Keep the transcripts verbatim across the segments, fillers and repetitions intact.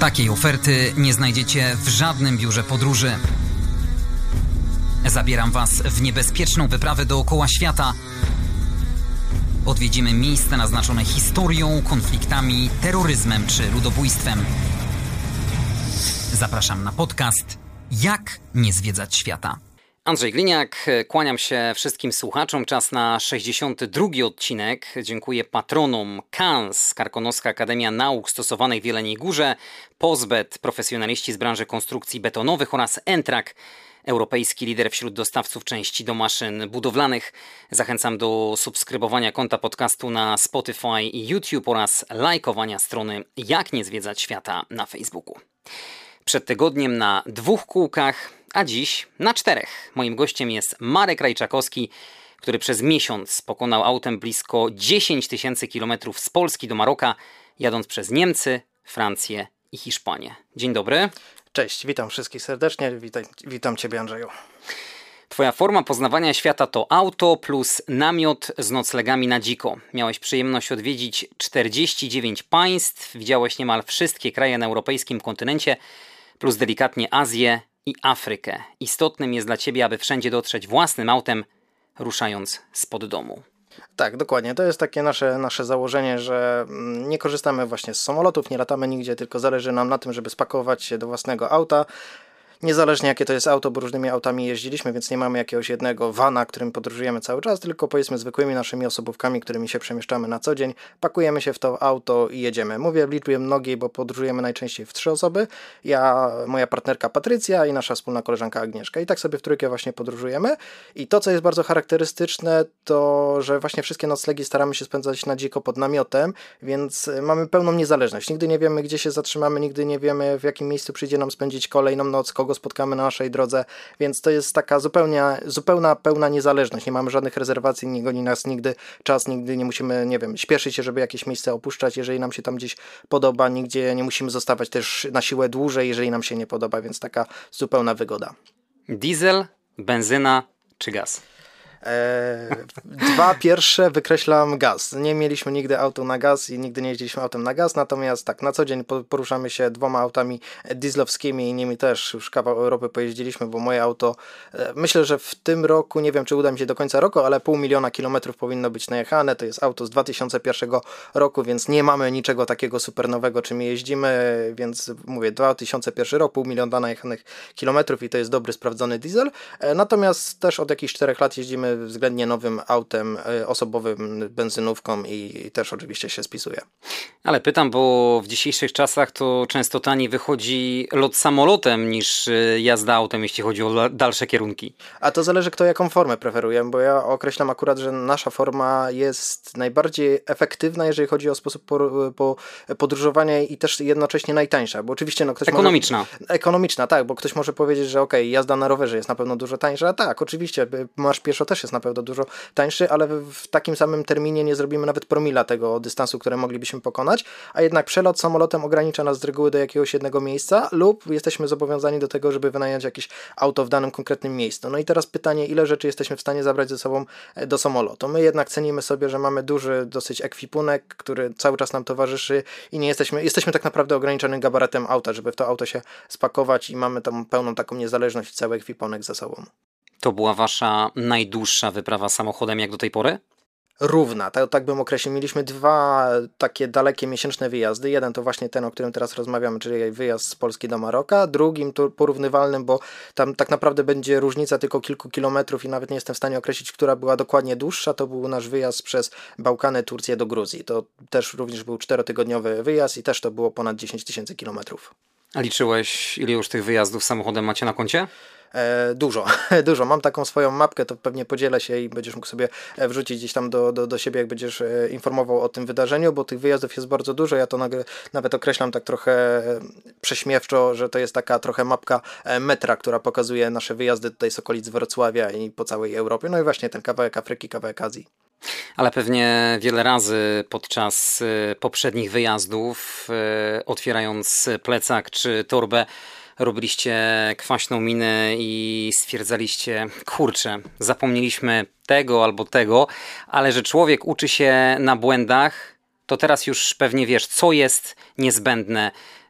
Takiej oferty nie znajdziecie w żadnym biurze podróży. Zabieram Was w niebezpieczną wyprawę dookoła świata. Odwiedzimy miejsca naznaczone historią, konfliktami, terroryzmem czy ludobójstwem. Zapraszam na podcast Jak nie zwiedzać świata. Andrzej Gliniak, kłaniam się wszystkim słuchaczom. Czas na sześćdziesiąty drugi odcinek. Dziękuję patronom K A N S, Karkonoska Akademia Nauk Stosowanych w Jeleniej Górze, Pozbet, profesjonaliści z branży konstrukcji betonowych oraz Entrak, europejski lider wśród dostawców części do maszyn budowlanych. Zachęcam do subskrybowania konta podcastu na Spotify i YouTube oraz lajkowania strony Jak nie zwiedzać świata na Facebooku. Przed tygodniem na dwóch kółkach, a dziś na czterech. Moim gościem jest Marek Rajczakowski, który przez miesiąc pokonał autem blisko dziesięć tysięcy kilometrów z Polski do Maroka, jadąc przez Niemcy, Francję i Hiszpanię. Dzień dobry. Cześć, witam wszystkich serdecznie, witam, witam Ciebie, Andrzeju. Twoja forma poznawania świata to auto plus namiot z noclegami na dziko. Miałeś przyjemność odwiedzić czterdzieści dziewięć państw, widziałeś niemal wszystkie kraje na europejskim kontynencie, plus delikatnie Azję i Afrykę. Istotnym jest dla Ciebie, aby wszędzie dotrzeć własnym autem, ruszając spod domu. Tak, dokładnie. To jest takie nasze, nasze założenie, że nie korzystamy właśnie z samolotów, nie latamy nigdzie, tylko zależy nam na tym, żeby spakować się do własnego auta. Niezależnie jakie to jest auto, bo różnymi autami jeździliśmy, więc nie mamy jakiegoś jednego vana, którym podróżujemy cały czas, tylko powiedzmy zwykłymi naszymi osobówkami, którymi się przemieszczamy na co dzień. Pakujemy się w to auto i jedziemy. Mówię w liczbie mnogiej, bo podróżujemy najczęściej w trzy osoby. Ja, moja partnerka Patrycja i nasza wspólna koleżanka Agnieszka. I tak sobie w trójkę właśnie podróżujemy. I to, co jest bardzo charakterystyczne, to, że właśnie wszystkie noclegi staramy się spędzać na dziko pod namiotem, więc mamy pełną niezależność. Nigdy nie wiemy, gdzie się zatrzymamy, nigdy nie wiemy, w jakim miejscu przyjdzie nam spędzić kolejną noc, kogo spotkamy na naszej drodze, więc to jest taka zupełnie, zupełna, pełna niezależność. Nie mamy żadnych rezerwacji, nie goni nas nigdy czas, nigdy nie musimy, nie wiem, śpieszyć się, żeby jakieś miejsce opuszczać, jeżeli nam się tam gdzieś podoba, nigdzie nie musimy zostawać też na siłę dłużej, jeżeli nam się nie podoba, więc taka zupełna wygoda. Diesel, benzyna czy gaz? E, dwa pierwsze wykreślam gaz. Nie mieliśmy nigdy auto na gaz i nigdy nie jeździliśmy autem na gaz, natomiast tak, na co dzień poruszamy się dwoma autami dieslowskimi i nimi też już kawał Europy pojeździliśmy, bo moje auto, e, myślę, że w tym roku, nie wiem czy uda mi się do końca roku, ale pół miliona kilometrów powinno być najechane. To jest auto z dwa tysiące pierwszego roku, więc nie mamy niczego takiego super nowego, czym jeździmy, więc mówię, dwa tysiące pierwszy rok, pół miliona najechanych kilometrów i to jest dobry, sprawdzony diesel. E, natomiast też od jakichś czterech lat jeździmy względnie nowym autem osobowym, benzynówką i też oczywiście się spisuje. Ale pytam, bo w dzisiejszych czasach to często taniej wychodzi lot samolotem niż jazda autem, jeśli chodzi o dalsze kierunki. A to zależy, kto jaką formę preferuje, bo ja określam akurat, że nasza forma jest najbardziej efektywna, jeżeli chodzi o sposób po, po podróżowania i też jednocześnie najtańsza, bo oczywiście no, ktoś Ekonomiczna. Może, ekonomiczna, tak, bo ktoś może powiedzieć, że okej, okay, jazda na rowerze jest na pewno dużo tańsza, tak, oczywiście, marsz pieszo też jest na pewno dużo tańszy, ale w takim samym terminie nie zrobimy nawet promila tego dystansu, które moglibyśmy pokonać, a jednak przelot samolotem ogranicza nas z reguły do jakiegoś jednego miejsca lub jesteśmy zobowiązani do tego, żeby wynająć jakieś auto w danym konkretnym miejscu. No i teraz pytanie, ile rzeczy jesteśmy w stanie zabrać ze sobą do samolotu. My jednak cenimy sobie, że mamy duży dosyć ekwipunek, który cały czas nam towarzyszy i nie jesteśmy, jesteśmy tak naprawdę ograniczonym gabaretem auta, żeby w to auto się spakować i mamy tam pełną taką niezależność i cały ekwipunek ze sobą. To była wasza najdłuższa wyprawa samochodem jak do tej pory? Równa, tak, tak bym określił. Mieliśmy dwa takie dalekie miesięczne wyjazdy. Jeden to właśnie ten, o którym teraz rozmawiamy, czyli wyjazd z Polski do Maroka. Drugim to porównywalnym, bo tam tak naprawdę będzie różnica tylko kilku kilometrów i nawet nie jestem w stanie określić, która była dokładnie dłuższa. To był nasz wyjazd przez Bałkany, Turcję do Gruzji. To też również był czterotygodniowy wyjazd i też to było ponad dziesięć tysięcy kilometrów. A liczyłeś, ile już tych wyjazdów samochodem macie na koncie? E, dużo, dużo. Mam taką swoją mapkę, to pewnie podzielę się i będziesz mógł sobie wrzucić gdzieś tam do, do, do siebie, jak będziesz informował o tym wydarzeniu, bo tych wyjazdów jest bardzo dużo. Ja to nag- nawet określam tak trochę prześmiewczo, że to jest taka trochę mapka metra, która pokazuje nasze wyjazdy tutaj z okolic Wrocławia i po całej Europie. No i właśnie ten kawałek Afryki, kawałek Azji. Ale pewnie wiele razy podczas poprzednich wyjazdów, otwierając plecak czy torbę, robiliście kwaśną minę i stwierdzaliście, kurczę, zapomnieliśmy tego albo tego, ale że człowiek uczy się na błędach, to teraz już pewnie wiesz, co jest niezbędne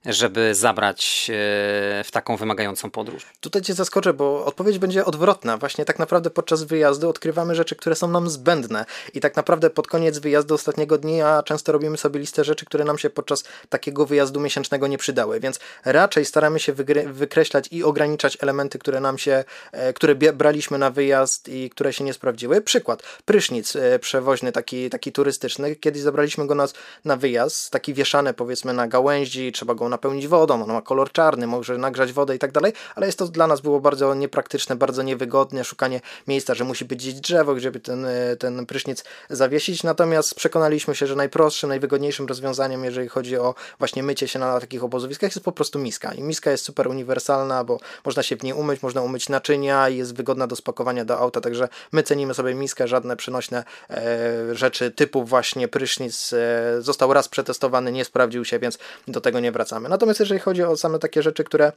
żeby zabrać w taką wymagającą podróż? Tutaj cię zaskoczę, bo odpowiedź będzie odwrotna. Właśnie tak naprawdę podczas wyjazdu odkrywamy rzeczy, które są nam zbędne i tak naprawdę pod koniec wyjazdu ostatniego dnia często robimy sobie listę rzeczy, które nam się podczas takiego wyjazdu miesięcznego nie przydały, więc raczej staramy się wykreślać i ograniczać elementy, które nam się, które braliśmy na wyjazd i które się nie sprawdziły. Przykład, prysznic przewoźny, taki, taki turystyczny. Kiedyś zabraliśmy go na, na wyjazd, taki wieszany powiedzmy na gałęzi, trzeba go napełnić wodą, on ma kolor czarny, może nagrzać wodę i tak dalej, ale jest to dla nas było bardzo niepraktyczne, bardzo niewygodne, szukanie miejsca, że musi być gdzieś drzewo, żeby ten, ten prysznic zawiesić, natomiast przekonaliśmy się, że najprostszym, najwygodniejszym rozwiązaniem, jeżeli chodzi o właśnie mycie się na takich obozowiskach, jest po prostu miska i miska jest super uniwersalna, bo można się w niej umyć, można umyć naczynia i jest wygodna do spakowania do auta, także my cenimy sobie miskę, żadne przenośne e, rzeczy typu właśnie prysznic e, został raz przetestowany, nie sprawdził się, więc do tego nie wracamy. Natomiast jeżeli chodzi o same takie rzeczy, które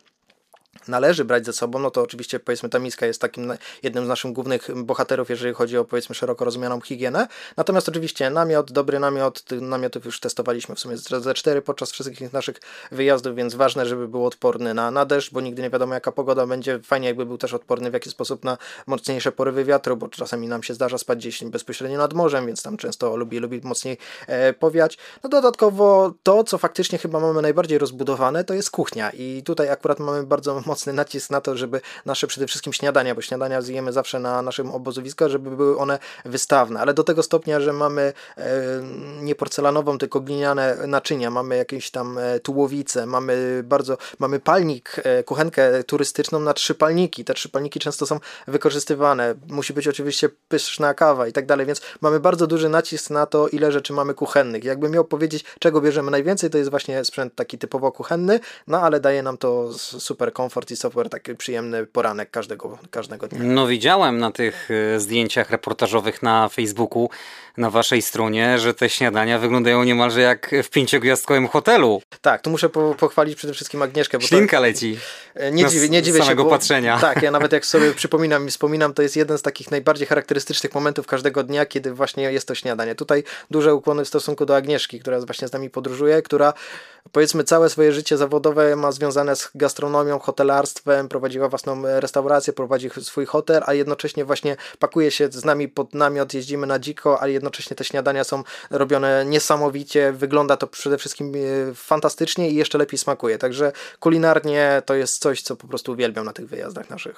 należy brać ze sobą, no to oczywiście powiedzmy ta miska jest takim jednym z naszych głównych bohaterów, jeżeli chodzi o powiedzmy szeroko rozumianą higienę. Natomiast oczywiście namiot, dobry namiot, tych namiotów już testowaliśmy w sumie ze cztery podczas wszystkich naszych wyjazdów, więc ważne, żeby był odporny na, na deszcz, bo nigdy nie wiadomo jaka pogoda będzie. Fajnie jakby był też odporny w jakiś sposób na mocniejsze porywy wiatru, bo czasami nam się zdarza spać gdzieś bezpośrednio nad morzem, więc tam często lubi, lubi mocniej e, powiać. No dodatkowo to, co faktycznie chyba mamy najbardziej rozbudowane, to jest kuchnia i tutaj akurat mamy bardzo mocny nacisk na to, żeby nasze przede wszystkim śniadania, bo śniadania zjemy zawsze na naszym obozowisku, żeby były one wystawne, ale do tego stopnia, że mamy e, nie porcelanową, tylko gliniane naczynia, mamy jakieś tam e, tułowice, mamy bardzo, mamy palnik, e, kuchenkę turystyczną na trzy palniki, te trzy palniki często są wykorzystywane, musi być oczywiście pyszna kawa i tak dalej, więc mamy bardzo duży nacisk na to, ile rzeczy mamy kuchennych. Jakbym miał powiedzieć, czego bierzemy najwięcej, to jest właśnie sprzęt taki typowo kuchenny, no ale daje nam to super komfort i super taki przyjemny poranek każdego, każdego dnia. No widziałem na tych zdjęciach reportażowych na Facebooku, na waszej stronie, że te śniadania wyglądają niemalże jak w pięciogwiazdkowym hotelu. Tak, tu muszę po, pochwalić przede wszystkim Agnieszkę. Bo Ślinka to, leci nie dziwię, nie dziwię z samego się, bo, patrzenia. Tak, ja nawet jak sobie przypominam i wspominam, to jest jeden z takich najbardziej charakterystycznych momentów każdego dnia, kiedy właśnie jest to śniadanie. Tutaj duże ukłony w stosunku do Agnieszki, która właśnie z nami podróżuje, która powiedzmy całe swoje życie zawodowe ma związane z gastronomią, hotelarstwem, prowadziła własną restaurację, prowadzi swój hotel, a jednocześnie właśnie pakuje się z nami pod namiot, jeździmy na dziko, a jednocześnie te śniadania są robione niesamowicie, wygląda to przede wszystkim fantastycznie i jeszcze lepiej smakuje, także kulinarnie to jest coś, co po prostu uwielbiam na tych wyjazdach naszych.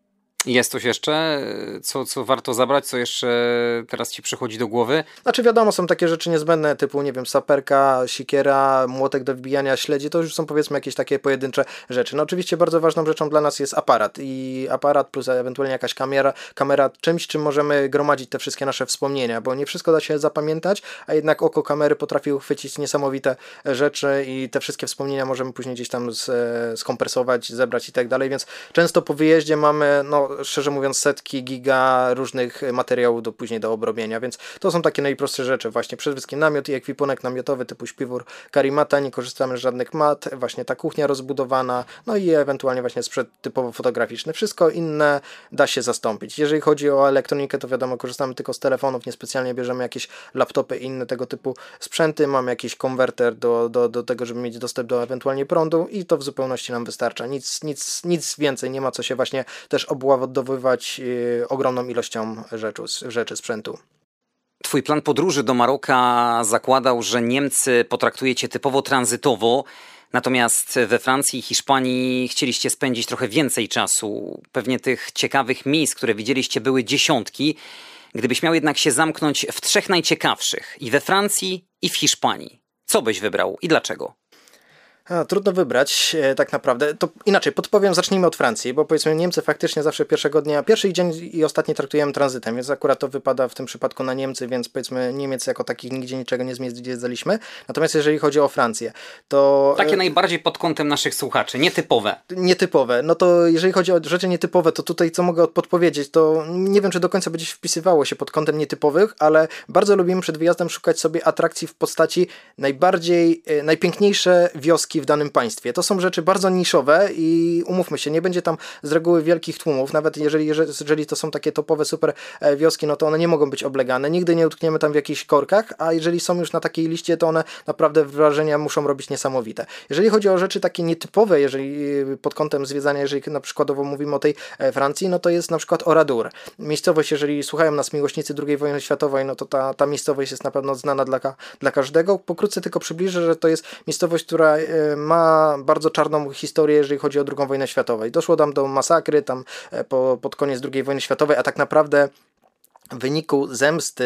Jest coś jeszcze, co, co warto zabrać, co jeszcze teraz ci przychodzi do głowy? Znaczy wiadomo, są takie rzeczy niezbędne, typu nie wiem, saperka, sikiera, młotek do wbijania śledzi, to już są powiedzmy jakieś takie pojedyncze rzeczy. No oczywiście bardzo ważną rzeczą dla nas jest aparat i aparat plus ewentualnie jakaś kamera, kamera czymś, czym możemy gromadzić te wszystkie nasze wspomnienia, bo nie wszystko da się zapamiętać, a jednak oko kamery potrafi uchwycić niesamowite rzeczy i te wszystkie wspomnienia możemy później gdzieś tam z, skompresować, zebrać i tak dalej, więc często po wyjeździe mamy, no szczerze mówiąc, setki giga różnych materiałów do później do obrobienia, więc to są takie najprostsze rzeczy. Właśnie przede wszystkim namiot i ekwipunek namiotowy typu śpiwór, karimata, nie korzystamy z żadnych mat, właśnie ta kuchnia rozbudowana, no i ewentualnie właśnie sprzęt typowo fotograficzny. Wszystko inne da się zastąpić. Jeżeli chodzi o elektronikę, to wiadomo, korzystamy tylko z telefonów, niespecjalnie bierzemy jakieś laptopy i inne tego typu sprzęty, mamy jakiś konwerter do, do, do tego, żeby mieć dostęp do ewentualnie prądu i to w zupełności nam wystarcza. Nic, nic, nic więcej, nie ma co się właśnie też obładowywać yy, ogromną ilością rzeczy, rzeczy, sprzętu. Twój plan podróży do Maroka zakładał, że Niemcy potraktujecie typowo tranzytowo, natomiast we Francji i Hiszpanii chcieliście spędzić trochę więcej czasu. Pewnie tych ciekawych miejsc, które widzieliście, były dziesiątki. Gdybyś miał jednak się zamknąć w trzech najciekawszych, i we Francji, i w Hiszpanii, co byś wybrał i dlaczego? A, trudno wybrać e, tak naprawdę. To inaczej, podpowiem, zacznijmy od Francji, bo powiedzmy Niemcy faktycznie zawsze pierwszego dnia, pierwszy dzień i ostatni traktujemy tranzytem, więc akurat to wypada w tym przypadku na Niemcy, więc powiedzmy Niemiec jako takich nigdzie niczego nie zwiedzaliśmy. Natomiast jeżeli chodzi o Francję, to... Takie najbardziej pod kątem naszych słuchaczy, nietypowe. Nietypowe. No to jeżeli chodzi o rzeczy nietypowe, to tutaj co mogę podpowiedzieć, to nie wiem, czy do końca będzie wpisywało się pod kątem nietypowych, ale bardzo lubimy przed wyjazdem szukać sobie atrakcji w postaci najbardziej, najpiękniejsze wioski wioski w danym państwie. To są rzeczy bardzo niszowe i umówmy się, nie będzie tam z reguły wielkich tłumów, nawet jeżeli, jeżeli to są takie topowe super wioski, no to one nie mogą być oblegane, nigdy nie utkniemy tam w jakichś korkach, a jeżeli są już na takiej liście, to one naprawdę wrażenia muszą robić niesamowite. Jeżeli chodzi o rzeczy takie nietypowe, jeżeli pod kątem zwiedzania, jeżeli na przykładowo mówimy o tej Francji, no to jest na przykład Oradour. Miejscowość, jeżeli słuchają nas miłośnicy drugiej wojny światowej, no to ta, ta miejscowość jest na pewno znana dla, dla każdego. Pokrótce tylko przybliżę, że to jest miejscowość, która ma bardzo czarną historię, jeżeli chodzi o drugą wojnę światową. Doszło tam do masakry, tam po, pod koniec drugiej wojny światowej, a tak naprawdę w wyniku zemsty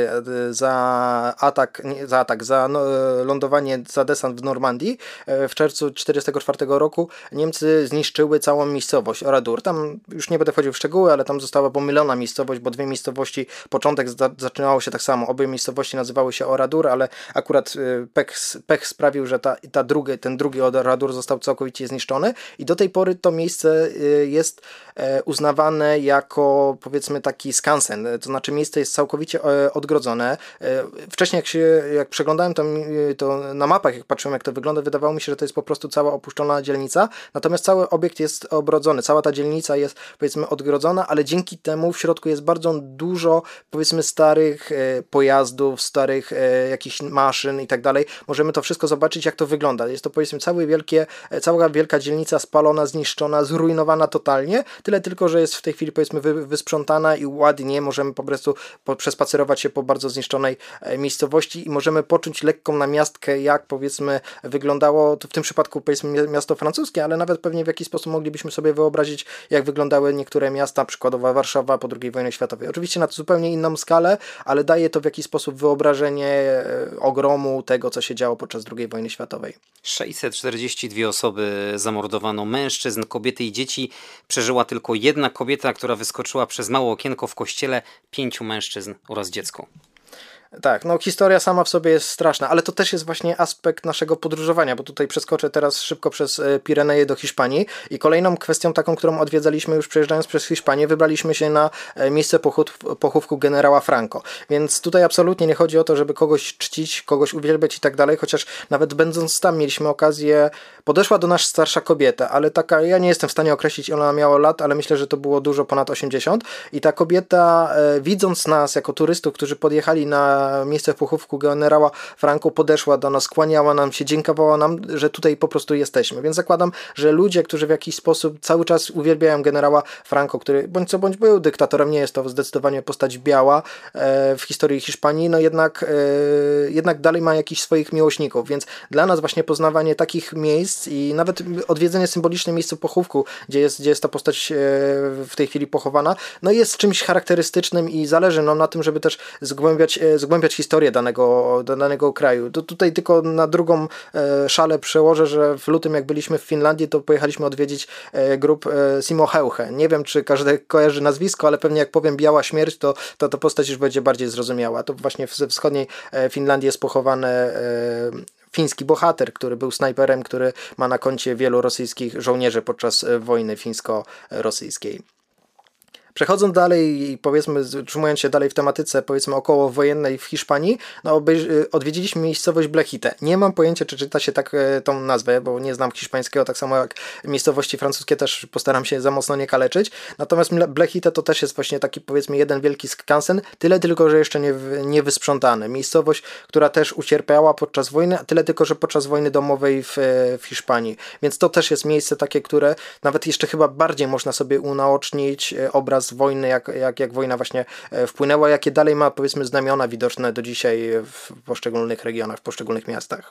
za atak, nie, za atak, za no, lądowanie, za desant w Normandii w czerwcu tysiąc dziewięćset czterdziestego czwartego roku Niemcy zniszczyły całą miejscowość Oradour. Tam już nie będę wchodził w szczegóły, ale tam została pomylona miejscowość, bo dwie miejscowości, początek za, zaczynało się tak samo. Obie miejscowości nazywały się Oradour, ale akurat pech, pech sprawił, że ta, ta drugi, ten drugi Oradour został całkowicie zniszczony i do tej pory to miejsce jest uznawane jako, powiedzmy, taki skansen, to znaczy miejsce jest całkowicie odgrodzone. Wcześniej jak się, jak przeglądałem to, to na mapach, jak patrzyłem jak to wygląda, wydawało mi się, że to jest po prostu cała opuszczona dzielnica, natomiast cały obiekt jest obrodzony, cała ta dzielnica jest, powiedzmy, odgrodzona, ale dzięki temu w środku jest bardzo dużo, powiedzmy, starych pojazdów, starych jakichś maszyn i tak dalej. Możemy to wszystko zobaczyć, jak to wygląda. Jest to, powiedzmy, całe wielkie, cała wielka dzielnica spalona, zniszczona, zrujnowana totalnie, tyle tylko, że jest w tej chwili, powiedzmy, wy, wysprzątana i ładnie możemy po prostu po, przespacerować się po bardzo zniszczonej e, miejscowości i możemy poczuć lekką namiastkę, jak, powiedzmy, wyglądało, to w tym przypadku, powiedzmy, miasto francuskie, ale nawet pewnie w jakiś sposób moglibyśmy sobie wyobrazić, jak wyglądały niektóre miasta, przykładowo Warszawa po drugiej wojnie światowej. Oczywiście na zupełnie inną skalę, ale daje to w jakiś sposób wyobrażenie e, ogromu tego, co się działo podczas drugiej wojny światowej. sześćset czterdzieści dwie osoby zamordowano, mężczyzn, kobiety i dzieci. Przeżyła tylko jedna kobieta, która wyskoczyła przez małe okienko w kościele, pięciu mężczyzn oraz dziecko. Tak, no historia sama w sobie jest straszna, ale to też jest właśnie aspekt naszego podróżowania, bo tutaj przeskoczę teraz szybko przez Pireneje do Hiszpanii i kolejną kwestią taką, którą odwiedzaliśmy już przejeżdżając przez Hiszpanię, wybraliśmy się na miejsce pochów, pochówku generała Franco, więc tutaj absolutnie nie chodzi o to, żeby kogoś czcić, kogoś uwielbiać i tak dalej, chociaż nawet będąc tam mieliśmy okazję, podeszła do nas starsza kobieta, ale taka, ja nie jestem w stanie określić, ile ona miała lat, ale myślę, że to było dużo ponad osiemdziesiąt i ta kobieta, widząc nas jako turystów, którzy podjechali na miejsce pochówku generała Franco, podeszła do nas, kłaniała nam się, dziękowała nam, że tutaj po prostu jesteśmy. Więc zakładam, że ludzie, którzy w jakiś sposób cały czas uwielbiają generała Franco, który bądź co bądź był dyktatorem, nie jest to zdecydowanie postać biała e, w historii Hiszpanii, no jednak, e, jednak dalej ma jakichś swoich miłośników, więc dla nas właśnie poznawanie takich miejsc i nawet odwiedzenie symboliczne miejsca pochówku, gdzie jest, gdzie jest ta postać e, w tej chwili pochowana, no jest czymś charakterystycznym i zależy nam na tym, żeby też zgłębiać, e, zgłębiać historię danego, danego kraju. To tutaj tylko na drugą e, szalę przełożę, że w lutym jak byliśmy w Finlandii, to pojechaliśmy odwiedzić e, grup e, Simo Häyhä. Nie wiem, czy każdy kojarzy nazwisko, ale pewnie jak powiem Biała Śmierć, to, to, to postać już będzie bardziej zrozumiała. To właśnie ze wschodniej e, Finlandii jest pochowany e, fiński bohater, który był snajperem, który ma na koncie wielu rosyjskich żołnierzy podczas wojny fińsko-rosyjskiej. Przechodząc dalej i powiedzmy, utrzymując się dalej w tematyce, powiedzmy, okołowojennej w Hiszpanii, no odwiedziliśmy miejscowość Blechite. Nie mam pojęcia, czy czyta się tak tą nazwę, bo nie znam hiszpańskiego, tak samo jak miejscowości francuskie, też postaram się za mocno nie kaleczyć. Natomiast Blechite to też jest właśnie taki, powiedzmy, jeden wielki skansen, tyle tylko, że jeszcze nie, nie wysprzątany. Miejscowość, która też ucierpiała podczas wojny, tyle tylko, że podczas wojny domowej w, w Hiszpanii. Więc to też jest miejsce takie, które nawet jeszcze chyba bardziej można sobie unaocznić obraz wojny, jak, jak, jak wojna właśnie wpłynęła, jakie dalej ma, powiedzmy, znamiona widoczne do dzisiaj w poszczególnych regionach, w poszczególnych miastach.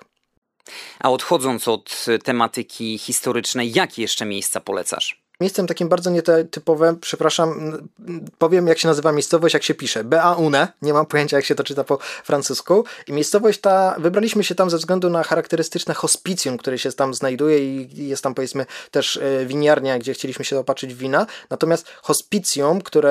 A odchodząc od tematyki historycznej, jakie jeszcze miejsca polecasz? Miejscem takim bardzo nietypowym, przepraszam, powiem jak się nazywa miejscowość, jak się pisze. Beaune, nie mam pojęcia jak się to czyta po francusku. I miejscowość ta, wybraliśmy się tam ze względu na charakterystyczne hospicjum, które się tam znajduje i jest tam, powiedzmy, też winiarnia, gdzie chcieliśmy się opatrzyć wina. Natomiast hospicjum, które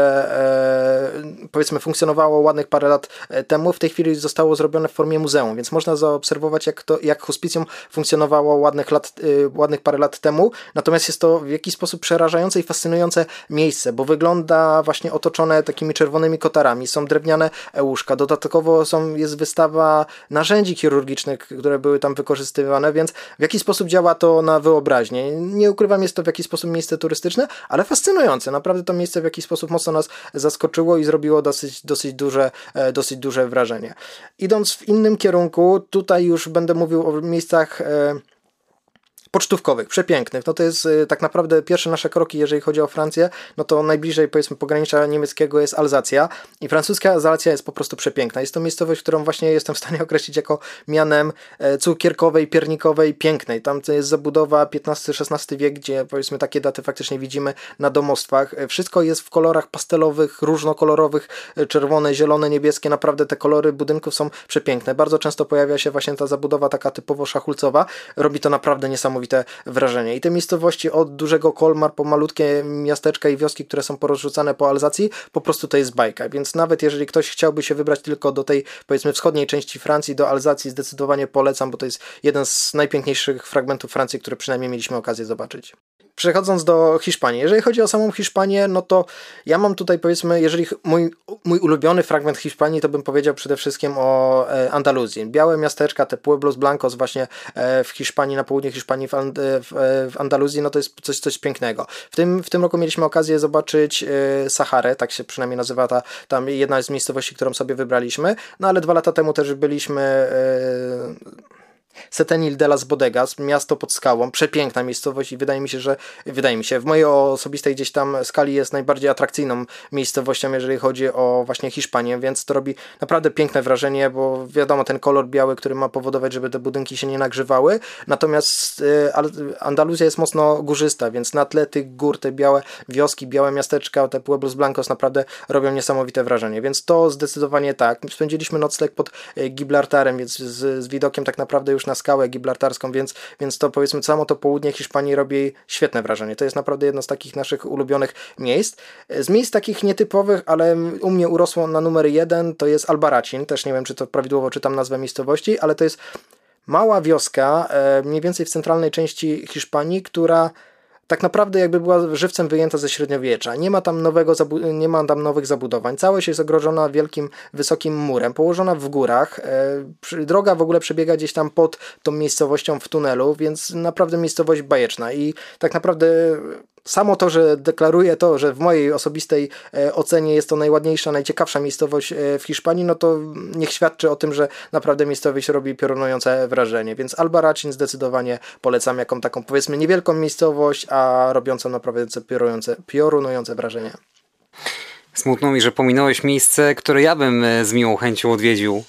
e, powiedzmy funkcjonowało ładnych parę lat temu, w tej chwili zostało zrobione w formie muzeum, więc można zaobserwować jak, to, jak hospicjum funkcjonowało ładnych, lat, e, ładnych parę lat temu. Natomiast jest to w jakiś sposób przerażające i fascynujące miejsce, bo wygląda właśnie otoczone takimi czerwonymi kotarami, są drewniane łóżka, dodatkowo są, jest wystawa narzędzi chirurgicznych, które były tam wykorzystywane, więc w jaki sposób działa to na wyobraźnię. Nie ukrywam, jest to w jakiś sposób miejsce turystyczne, ale fascynujące. Naprawdę to miejsce w jakiś sposób mocno nas zaskoczyło i zrobiło dosyć, dosyć, duże, dosyć duże wrażenie. Idąc w innym kierunku, tutaj już będę mówił o miejscach pocztówkowych, przepięknych. No to jest y, tak naprawdę pierwsze nasze kroki, jeżeli chodzi o Francję, no to najbliżej, powiedzmy, pogranicza niemieckiego jest Alzacja i francuska Alzacja jest po prostu przepiękna. Jest to miejscowość, którą właśnie jestem w stanie określić jako mianem e, cukierkowej, piernikowej, pięknej. Tam to jest zabudowa piętnasty szesnasty wiek, gdzie, powiedzmy, takie daty faktycznie widzimy na domostwach. Wszystko jest w kolorach pastelowych, różnokolorowych, czerwone, zielone, niebieskie. Naprawdę te kolory budynków są przepiękne. Bardzo często pojawia się właśnie ta zabudowa taka typowo szachulcowa. Robi to naprawdę niesamowite wrażenie. I te miejscowości od dużego Kolmar po malutkie miasteczka i wioski, które są porozrzucane po Alzacji, po prostu to jest bajka. Więc nawet jeżeli ktoś chciałby się wybrać tylko do tej, powiedzmy, wschodniej części Francji, do Alzacji, zdecydowanie polecam, bo to jest jeden z najpiękniejszych fragmentów Francji, które przynajmniej mieliśmy okazję zobaczyć. Przechodząc do Hiszpanii. Jeżeli chodzi o samą Hiszpanię, no to ja mam tutaj, powiedzmy, jeżeli mój, mój ulubiony fragment Hiszpanii, to bym powiedział przede wszystkim o e, Andaluzji. Białe miasteczka, te Pueblos Blancos właśnie e, w Hiszpanii, na południe Hiszpanii, w, and, w, w Andaluzji, no to jest coś, coś pięknego. W tym, w tym roku mieliśmy okazję zobaczyć e, Saharę, tak się przynajmniej nazywa ta, tam jedna z miejscowości, którą sobie wybraliśmy, no ale dwa lata temu też byliśmy e, Setenil de las Bodegas, miasto pod skałą, przepiękna miejscowość i wydaje mi się, że wydaje mi się, w mojej osobistej gdzieś tam skali jest najbardziej atrakcyjną miejscowością, jeżeli chodzi o właśnie Hiszpanię, więc to robi naprawdę piękne wrażenie, bo wiadomo, ten kolor biały, który ma powodować, żeby te budynki się nie nagrzewały, natomiast y, Andaluzja jest mocno górzysta, więc na tle tych gór, te białe wioski, białe miasteczka, te Pueblos Blancos naprawdę robią niesamowite wrażenie, więc to zdecydowanie tak. Spędziliśmy nocleg pod Gibraltarem, więc z, z widokiem tak naprawdę już na skałę gibraltarską, więc, więc to, powiedzmy, samo to południe Hiszpanii robi świetne wrażenie. To jest naprawdę jedno z takich naszych ulubionych miejsc. Z miejsc takich nietypowych, ale u mnie urosło na numer jeden, to jest Albarracin. Też nie wiem, czy to prawidłowo czytam nazwę miejscowości, ale to jest mała wioska, mniej więcej w centralnej części Hiszpanii, która tak naprawdę jakby była żywcem wyjęta ze średniowiecza. Nie ma tam nowego, nie ma tam nowych zabudowań. Całość jest ogrodzona wielkim, wysokim murem, położona w górach. Droga w ogóle przebiega gdzieś tam pod tą miejscowością w tunelu, więc naprawdę miejscowość bajeczna i tak naprawdę samo to, że deklaruję to, że w mojej osobistej ocenie jest to najładniejsza, najciekawsza miejscowość w Hiszpanii, no to niech świadczy o tym, że naprawdę miejscowość robi piorunujące wrażenie, więc Albarracin zdecydowanie polecam jaką taką, powiedzmy, niewielką miejscowość, a robiącą naprawdę piorunujące, piorunujące wrażenie. Smutno mi, że pominąłeś miejsce, które ja bym z miłą chęcią odwiedził.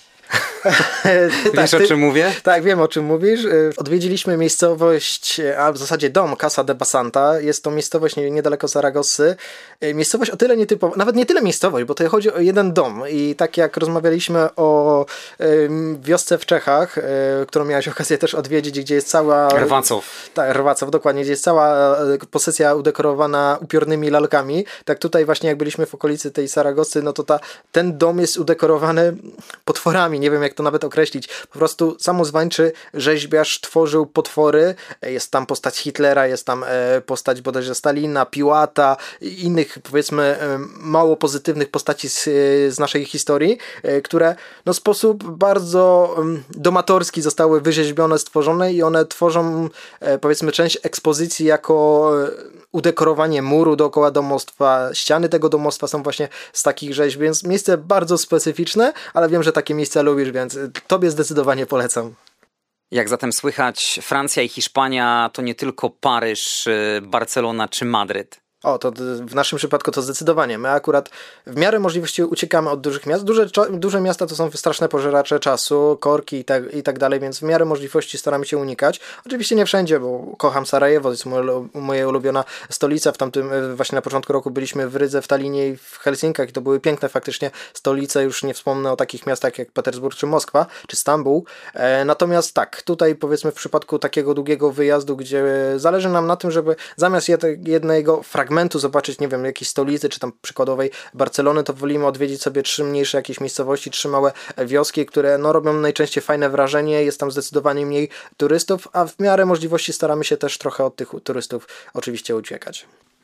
Wiesz, tak, o czym mówię? Tak, wiem, o czym mówisz. Odwiedziliśmy miejscowość, a w zasadzie dom Casa de Basanta. Jest to miejscowość niedaleko Saragossy. Miejscowość o tyle nietypowa, nawet nie tyle miejscowość, bo tutaj chodzi o jeden dom i tak jak rozmawialiśmy o wiosce w Czechach, którą miałeś okazję też odwiedzić, gdzie jest cała... Rwaców. Tak, Rwaców, dokładnie, gdzie jest cała posesja udekorowana upiornymi lalkami. Tak tutaj właśnie jak byliśmy w okolicy tej Saragossy, no to ta, ten dom jest udekorowany potworami, nie wiem jak to nawet określić. Po prostu samozwańczy rzeźbiarz tworzył potwory. Jest tam postać Hitlera, jest tam postać bodajże Stalina, Piłata i innych, powiedzmy, mało pozytywnych postaci z, z naszej historii, które no, w sposób bardzo domatorski zostały wyrzeźbione, stworzone i one tworzą, powiedzmy, część ekspozycji jako udekorowanie muru dookoła domostwa. Ściany tego domostwa są właśnie z takich rzeźb, więc miejsce bardzo specyficzne, ale wiem, że takie miejsca lubisz, więc tobie zdecydowanie polecam. Jak zatem słychać, Francja i Hiszpania to nie tylko Paryż, Barcelona czy Madryt. O, to w naszym przypadku to zdecydowanie. My akurat w miarę możliwości uciekamy od dużych miast. Duże, duże miasta to są straszne pożeracze czasu, korki i tak, i tak dalej, więc w miarę możliwości staramy się unikać. Oczywiście nie wszędzie, bo kocham Sarajewo, to jest moja, moja ulubiona stolica. W tamtym, właśnie na początku roku byliśmy w Rydze, w Talinie i w Helsinkach i to były piękne faktycznie stolice. Już nie wspomnę o takich miastach jak Petersburg czy Moskwa, czy Stambuł. E, natomiast tak, tutaj powiedzmy w przypadku takiego długiego wyjazdu, gdzie zależy nam na tym, żeby zamiast jednego fragmentu zobaczyć, nie wiem, jakiejś stolicy, czy tam przykładowej Barcelony, to wolimy odwiedzić sobie trzy mniejsze jakieś miejscowości, trzy małe wioski, które no, robią najczęściej fajne wrażenie, jest tam zdecydowanie mniej turystów, a w miarę możliwości staramy się też trochę od tych turystów oczywiście uciekać.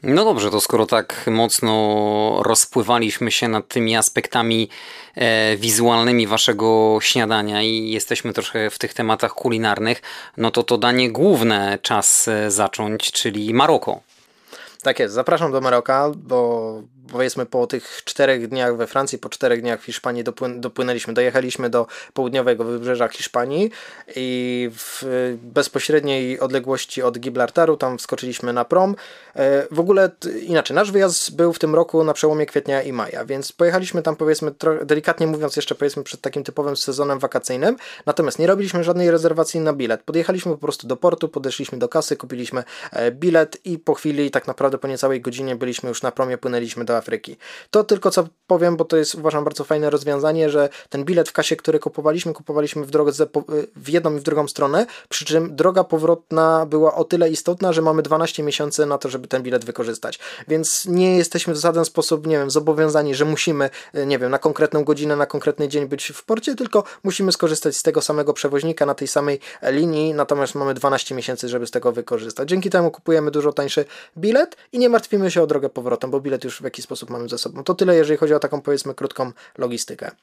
No dobrze, to skoro tak mocno rozpływaliśmy się nad tymi aspektami e, wizualnymi waszego śniadania i jesteśmy troszkę w tych tematach kulinarnych, no to to danie główne czas zacząć, czyli Maroko. Tak jest, zapraszam do Maroka, bo powiedzmy po tych czterech dniach we Francji, po czterech dniach w Hiszpanii dopłyn- dopłynęliśmy, dojechaliśmy do południowego wybrzeża Hiszpanii i w bezpośredniej odległości od Gibraltaru tam wskoczyliśmy na prom. W ogóle t- inaczej, nasz wyjazd był w tym roku na przełomie kwietnia i maja, więc pojechaliśmy tam powiedzmy, tro- delikatnie mówiąc jeszcze powiedzmy przed takim typowym sezonem wakacyjnym, natomiast nie robiliśmy żadnej rezerwacji na bilet. Podjechaliśmy po prostu do portu, podeszliśmy do kasy, kupiliśmy bilet i po chwili, tak naprawdę po niecałej godzinie byliśmy już na promie, płynęliśmy do Afryki. To tylko co powiem, bo to jest uważam bardzo fajne rozwiązanie, że ten bilet w kasie, który kupowaliśmy, kupowaliśmy w drogę w jedną i w drugą stronę, przy czym droga powrotna była o tyle istotna, że mamy dwanaście miesięcy na to, żeby ten bilet wykorzystać. Więc nie jesteśmy w żaden sposób, nie wiem, zobowiązani, że musimy, nie wiem, na konkretną godzinę, na konkretny dzień być w porcie, tylko musimy skorzystać z tego samego przewoźnika na tej samej linii, natomiast mamy dwanaście miesięcy, żeby z tego wykorzystać. Dzięki temu kupujemy dużo tańszy bilet i nie martwimy się o drogę powrotną, bo bilet już w jakiś sposób mamy ze sobą. To tyle, jeżeli chodzi o taką, powiedzmy, krótką logistykę.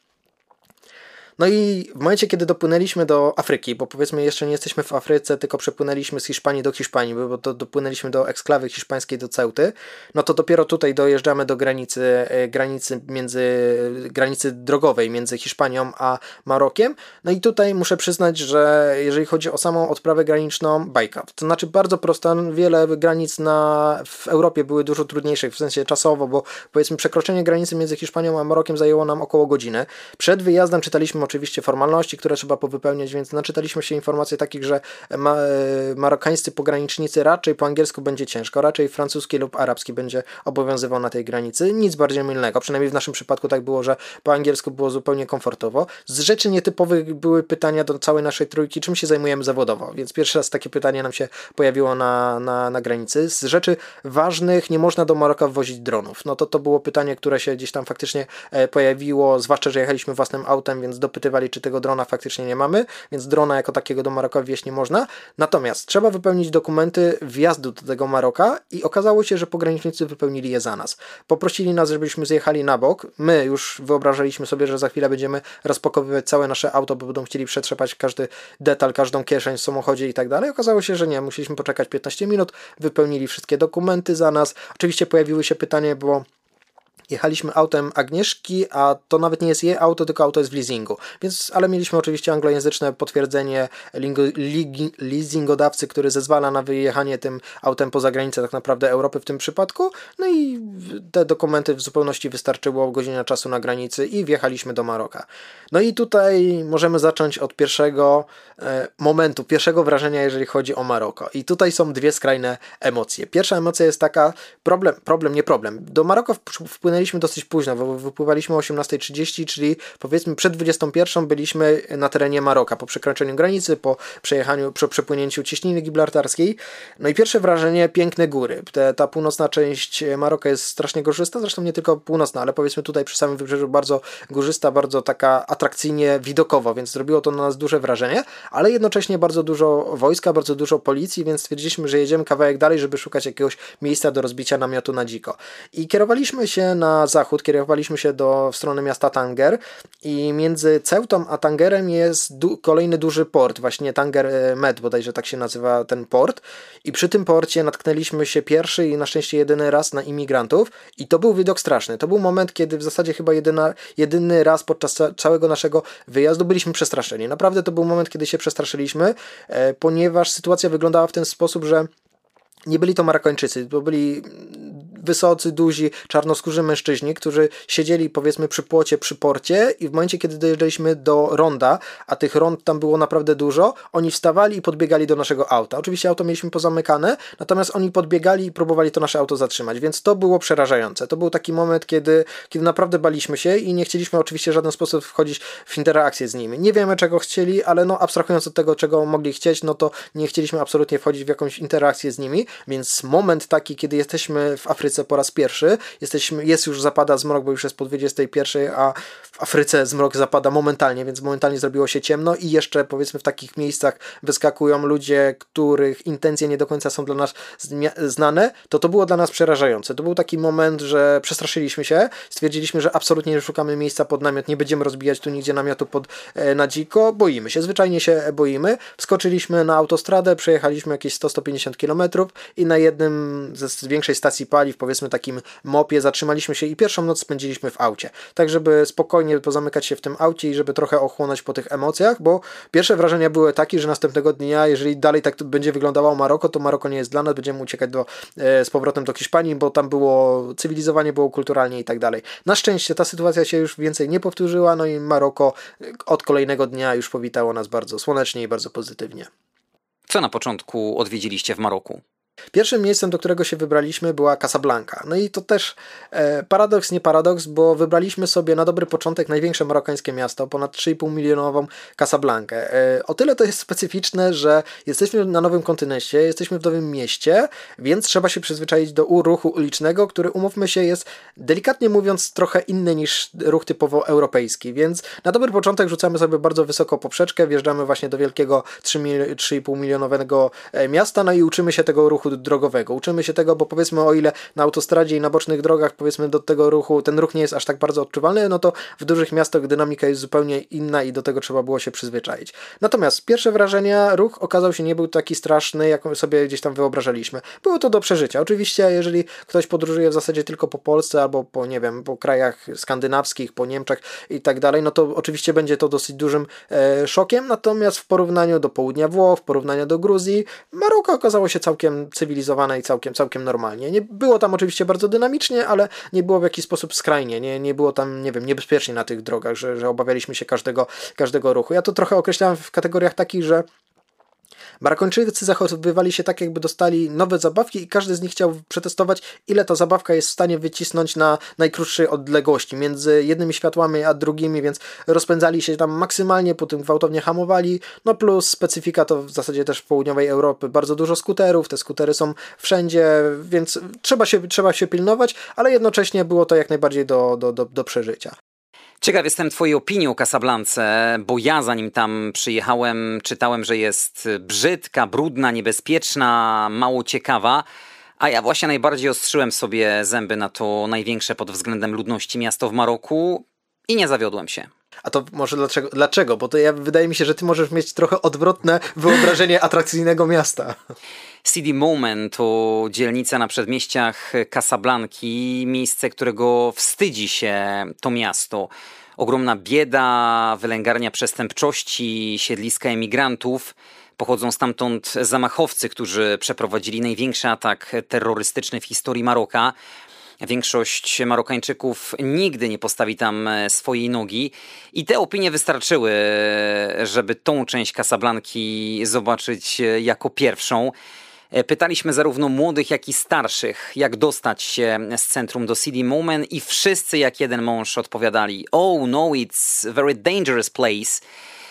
No i w momencie, kiedy dopłynęliśmy do Afryki, bo powiedzmy jeszcze nie jesteśmy w Afryce, tylko przepłynęliśmy z Hiszpanii do Hiszpanii, bo to dopłynęliśmy do eksklawy hiszpańskiej, do Ceuty, no to dopiero tutaj dojeżdżamy do granicy, granicy między, granicy drogowej między Hiszpanią a Marokiem. No i tutaj muszę przyznać, że jeżeli chodzi o samą odprawę graniczną, bajka. To znaczy bardzo prosta, wiele granic na, w Europie były dużo trudniejszych, w sensie czasowo, bo powiedzmy przekroczenie granicy między Hiszpanią a Marokiem zajęło nam około godziny. Przed wyjazdem czytaliśmy oczywiście formalności, które trzeba powypełniać, więc naczytaliśmy się informacji takich, że ma, marokańscy pogranicznicy raczej po angielsku będzie ciężko, raczej francuski lub arabski będzie obowiązywał na tej granicy. Nic bardziej mylnego, przynajmniej w naszym przypadku tak było, że po angielsku było zupełnie komfortowo. Z rzeczy nietypowych były pytania do całej naszej trójki, czym się zajmujemy zawodowo, więc pierwszy raz takie pytanie nam się pojawiło na, na, na granicy. Z rzeczy ważnych nie można do Maroka wwozić dronów. No to to było pytanie, które się gdzieś tam faktycznie pojawiło, zwłaszcza, że jechaliśmy własnym autem, więc dopytywali, czy tego drona faktycznie nie mamy, więc drona jako takiego do Maroka wwieźć nie można. Natomiast trzeba wypełnić dokumenty wjazdu do tego Maroka i okazało się, że pogranicznicy wypełnili je za nas. Poprosili nas, żebyśmy zjechali na bok. My już wyobrażaliśmy sobie, że za chwilę będziemy rozpakowywać całe nasze auto, bo będą chcieli przetrzepać każdy detal, każdą kieszeń w samochodzie i tak dalej. Okazało się, że nie. Musieliśmy poczekać piętnaście minut, wypełnili wszystkie dokumenty za nas. Oczywiście pojawiły się pytanie, bo jechaliśmy autem Agnieszki, a to nawet nie jest jej auto, tylko auto jest w leasingu. Więc, ale mieliśmy oczywiście anglojęzyczne potwierdzenie lingo, li, leasingodawcy, który zezwala na wyjechanie tym autem poza granicę tak naprawdę Europy w tym przypadku. No i te dokumenty w zupełności wystarczyło, godzina czasu na granicy i wjechaliśmy do Maroka. No i tutaj możemy zacząć od pierwszego e, momentu, pierwszego wrażenia, jeżeli chodzi o Maroko. I tutaj są dwie skrajne emocje. Pierwsza emocja jest taka, problem, problem, nie problem. Do Maroka wpłynęliśmy dosyć późno, bo wypływaliśmy o osiemnasta trzydzieści, czyli powiedzmy przed dwudziestą pierwszą byliśmy na terenie Maroka, po przekroczeniu granicy, po przejechaniu, po przepłynięciu cieśniny gibraltarskiej. No i pierwsze wrażenie, piękne góry. Te, ta północna część Maroka jest strasznie górzysta, zresztą nie tylko północna, ale powiedzmy tutaj przy samym wybrzeżu bardzo górzysta, bardzo taka atrakcyjnie widokowo, więc zrobiło to na nas duże wrażenie, ale jednocześnie bardzo dużo wojska, bardzo dużo policji, więc stwierdziliśmy, że jedziemy kawałek dalej, żeby szukać jakiegoś miejsca do rozbicia namiotu na dziko. I kierowaliśmy się na na zachód, kierowaliśmy się do w stronę miasta Tanger i między Ceutą a Tangerem jest du- kolejny duży port, właśnie Tanger Med, bodajże tak się nazywa ten port, i przy tym porcie natknęliśmy się pierwszy i na szczęście jedyny raz na imigrantów i to był widok straszny. To był moment, kiedy w zasadzie chyba jedyna, jedyny raz podczas ca- całego naszego wyjazdu byliśmy przestraszeni. Naprawdę to był moment, kiedy się przestraszyliśmy, e, ponieważ sytuacja wyglądała w ten sposób, że nie byli to Marokańczycy, to byli wysocy, duzi, czarnoskórzy mężczyźni, którzy siedzieli powiedzmy przy płocie, przy porcie i w momencie, kiedy dojeżdżaliśmy do ronda, a tych rond tam było naprawdę dużo, oni wstawali i podbiegali do naszego auta. Oczywiście auto mieliśmy pozamykane, natomiast oni podbiegali i próbowali to nasze auto zatrzymać, więc to było przerażające. To był taki moment, kiedy, kiedy naprawdę baliśmy się i nie chcieliśmy oczywiście w żaden sposób wchodzić w interakcję z nimi. Nie wiemy, czego chcieli, ale no abstrahując od tego, czego mogli chcieć, no to nie chcieliśmy absolutnie wchodzić w jakąś interakcję z nimi, więc moment taki, kiedy jesteśmy w Afryce, Afryce po raz pierwszy. Jesteśmy, jest już zapada zmrok, bo już jest po dwudziestej pierwszej, a w Afryce zmrok zapada momentalnie, więc momentalnie zrobiło się ciemno i jeszcze powiedzmy w takich miejscach wyskakują ludzie, których intencje nie do końca są dla nas znane, to to było dla nas przerażające. To był taki moment, że przestraszyliśmy się, stwierdziliśmy, że absolutnie nie szukamy miejsca pod namiot, nie będziemy rozbijać tu nigdzie namiotu pod, e, na dziko, boimy się, zwyczajnie się boimy. Wskoczyliśmy na autostradę, przejechaliśmy jakieś sto do stu pięćdziesięciu kilometrów i na jednym ze większej stacji paliw, powiedzmy takim mopie, zatrzymaliśmy się i pierwszą noc spędziliśmy w aucie. Tak, żeby spokojnie pozamykać się w tym aucie i żeby trochę ochłonąć po tych emocjach, bo pierwsze wrażenia były takie, że następnego dnia, jeżeli dalej tak będzie wyglądało Maroko, to Maroko nie jest dla nas, będziemy uciekać do, e, z powrotem do Hiszpanii, bo tam było cywilizowanie, było kulturalnie i tak dalej. Na szczęście ta sytuacja się już więcej nie powtórzyła, no i Maroko od kolejnego dnia już powitało nas bardzo słonecznie i bardzo pozytywnie. Co na początku odwiedziliście w Maroku? Pierwszym miejscem, do którego się wybraliśmy, była Casablanca. No i to też e, paradoks, nie paradoks, bo wybraliśmy sobie na dobry początek największe marokańskie miasto, ponad trzy i pół milionową Casablankę. E, o tyle to jest specyficzne, że jesteśmy na nowym kontynencie, jesteśmy w nowym mieście, więc trzeba się przyzwyczaić do ruchu ulicznego, który, umówmy się, jest delikatnie mówiąc trochę inny niż ruch typowo europejski, więc na dobry początek rzucamy sobie bardzo wysoko poprzeczkę, wjeżdżamy właśnie do wielkiego trzy i pół milionowego miasta, no i uczymy się tego ruchu drogowego. Uczymy się tego, bo powiedzmy o ile na autostradzie i na bocznych drogach powiedzmy do tego ruchu, ten ruch nie jest aż tak bardzo odczuwalny, no to w dużych miastach dynamika jest zupełnie inna i do tego trzeba było się przyzwyczaić. Natomiast pierwsze wrażenia, ruch okazał się nie był taki straszny, jak sobie gdzieś tam wyobrażaliśmy. Było to do przeżycia. Oczywiście, jeżeli ktoś podróżuje w zasadzie tylko po Polsce albo po, nie wiem, po krajach skandynawskich, po Niemczech i tak dalej, no to oczywiście będzie to dosyć dużym e, szokiem, natomiast w porównaniu do południa Włoch, w porównaniu do Gruzji, Maroko okazało się całkiem cywilizowane i całkiem, całkiem normalnie. Nie było tam oczywiście bardzo dynamicznie, ale nie było w jakiś sposób skrajnie. Nie, nie było tam, nie wiem, niebezpiecznie na tych drogach, że, że obawialiśmy się każdego, każdego ruchu. Ja to trochę określałem w kategoriach takich, że Marokończycy zachowywali się tak, jakby dostali nowe zabawki i każdy z nich chciał przetestować, ile ta zabawka jest w stanie wycisnąć na najkrótszej odległości między jednymi światłami a drugimi, więc rozpędzali się tam maksymalnie, potem gwałtownie hamowali, no plus specyfika to w zasadzie też w południowej Europy bardzo dużo skuterów, te skutery są wszędzie, więc trzeba się, trzeba się pilnować, ale jednocześnie było to jak najbardziej do, do, do, do przeżycia. Ciekaw jestem twojej opinii o Casablance, bo ja zanim tam przyjechałem, czytałem, że jest brzydka, brudna, niebezpieczna, mało ciekawa, a ja właśnie najbardziej ostrzyłem sobie zęby na to największe pod względem ludności miasto w Maroku i nie zawiodłem się. A to może dlaczego? Dlaczego? Bo to ja, wydaje mi się, że ty możesz mieć trochę odwrotne wyobrażenie atrakcyjnego miasta. Sidi Moment to dzielnica na przedmieściach Casablanki, miejsce, którego wstydzi się to miasto. Ogromna bieda, wylęgarnia przestępczości, siedliska emigrantów. Pochodzą stamtąd zamachowcy, którzy przeprowadzili największy atak terrorystyczny w historii Maroka. Większość Marokańczyków nigdy nie postawi tam swojej nogi i te opinie wystarczyły, żeby tą część Casablanki zobaczyć jako pierwszą. Pytaliśmy zarówno młodych, jak i starszych, jak dostać się z centrum do Sidi Moment i wszyscy jak jeden mąż odpowiadali: "Oh no, it's a very dangerous place".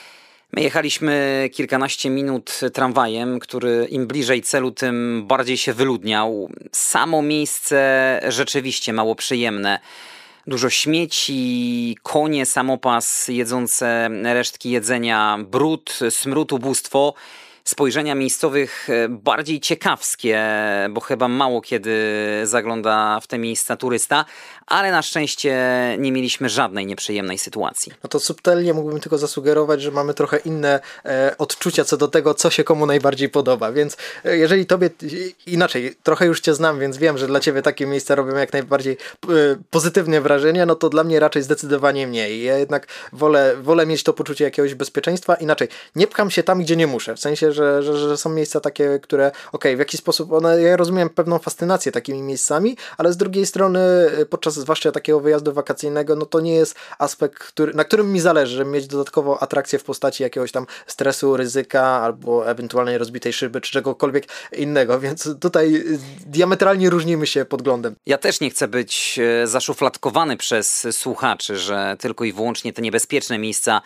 My jechaliśmy kilkanaście minut tramwajem, który im bliżej celu, tym bardziej się wyludniał. Samo miejsce rzeczywiście mało przyjemne. Dużo śmieci, konie, samopas jedzące resztki jedzenia, brud, smród, ubóstwo. Spojrzenia miejscowych bardziej ciekawskie, bo chyba mało kiedy zagląda w te miejsca turysta, ale na szczęście nie mieliśmy żadnej nieprzyjemnej sytuacji. No to subtelnie mógłbym tylko zasugerować, że mamy trochę inne e, odczucia co do tego, co się komu najbardziej podoba, więc e, jeżeli tobie, inaczej, trochę już cię znam, więc wiem, że dla ciebie takie miejsca robią jak najbardziej e, pozytywne wrażenie, no to dla mnie raczej zdecydowanie mniej. Ja jednak wolę, wolę mieć to poczucie jakiegoś bezpieczeństwa, inaczej, nie pcham się tam, gdzie nie muszę, w sensie, że, że, że są miejsca takie, które, okej, okay, w jakiś sposób, one, ja rozumiem pewną fascynację takimi miejscami, ale z drugiej strony podczas zwłaszcza takiego wyjazdu wakacyjnego, no to nie jest aspekt, który, na którym mi zależy, żeby mieć dodatkową atrakcję w postaci jakiegoś tam stresu, ryzyka albo ewentualnej rozbitej szyby czy czegokolwiek innego, więc tutaj diametralnie różnimy się podglądem. Ja też nie chcę być zaszufladkowany przez słuchaczy, że tylko i wyłącznie te niebezpieczne miejsca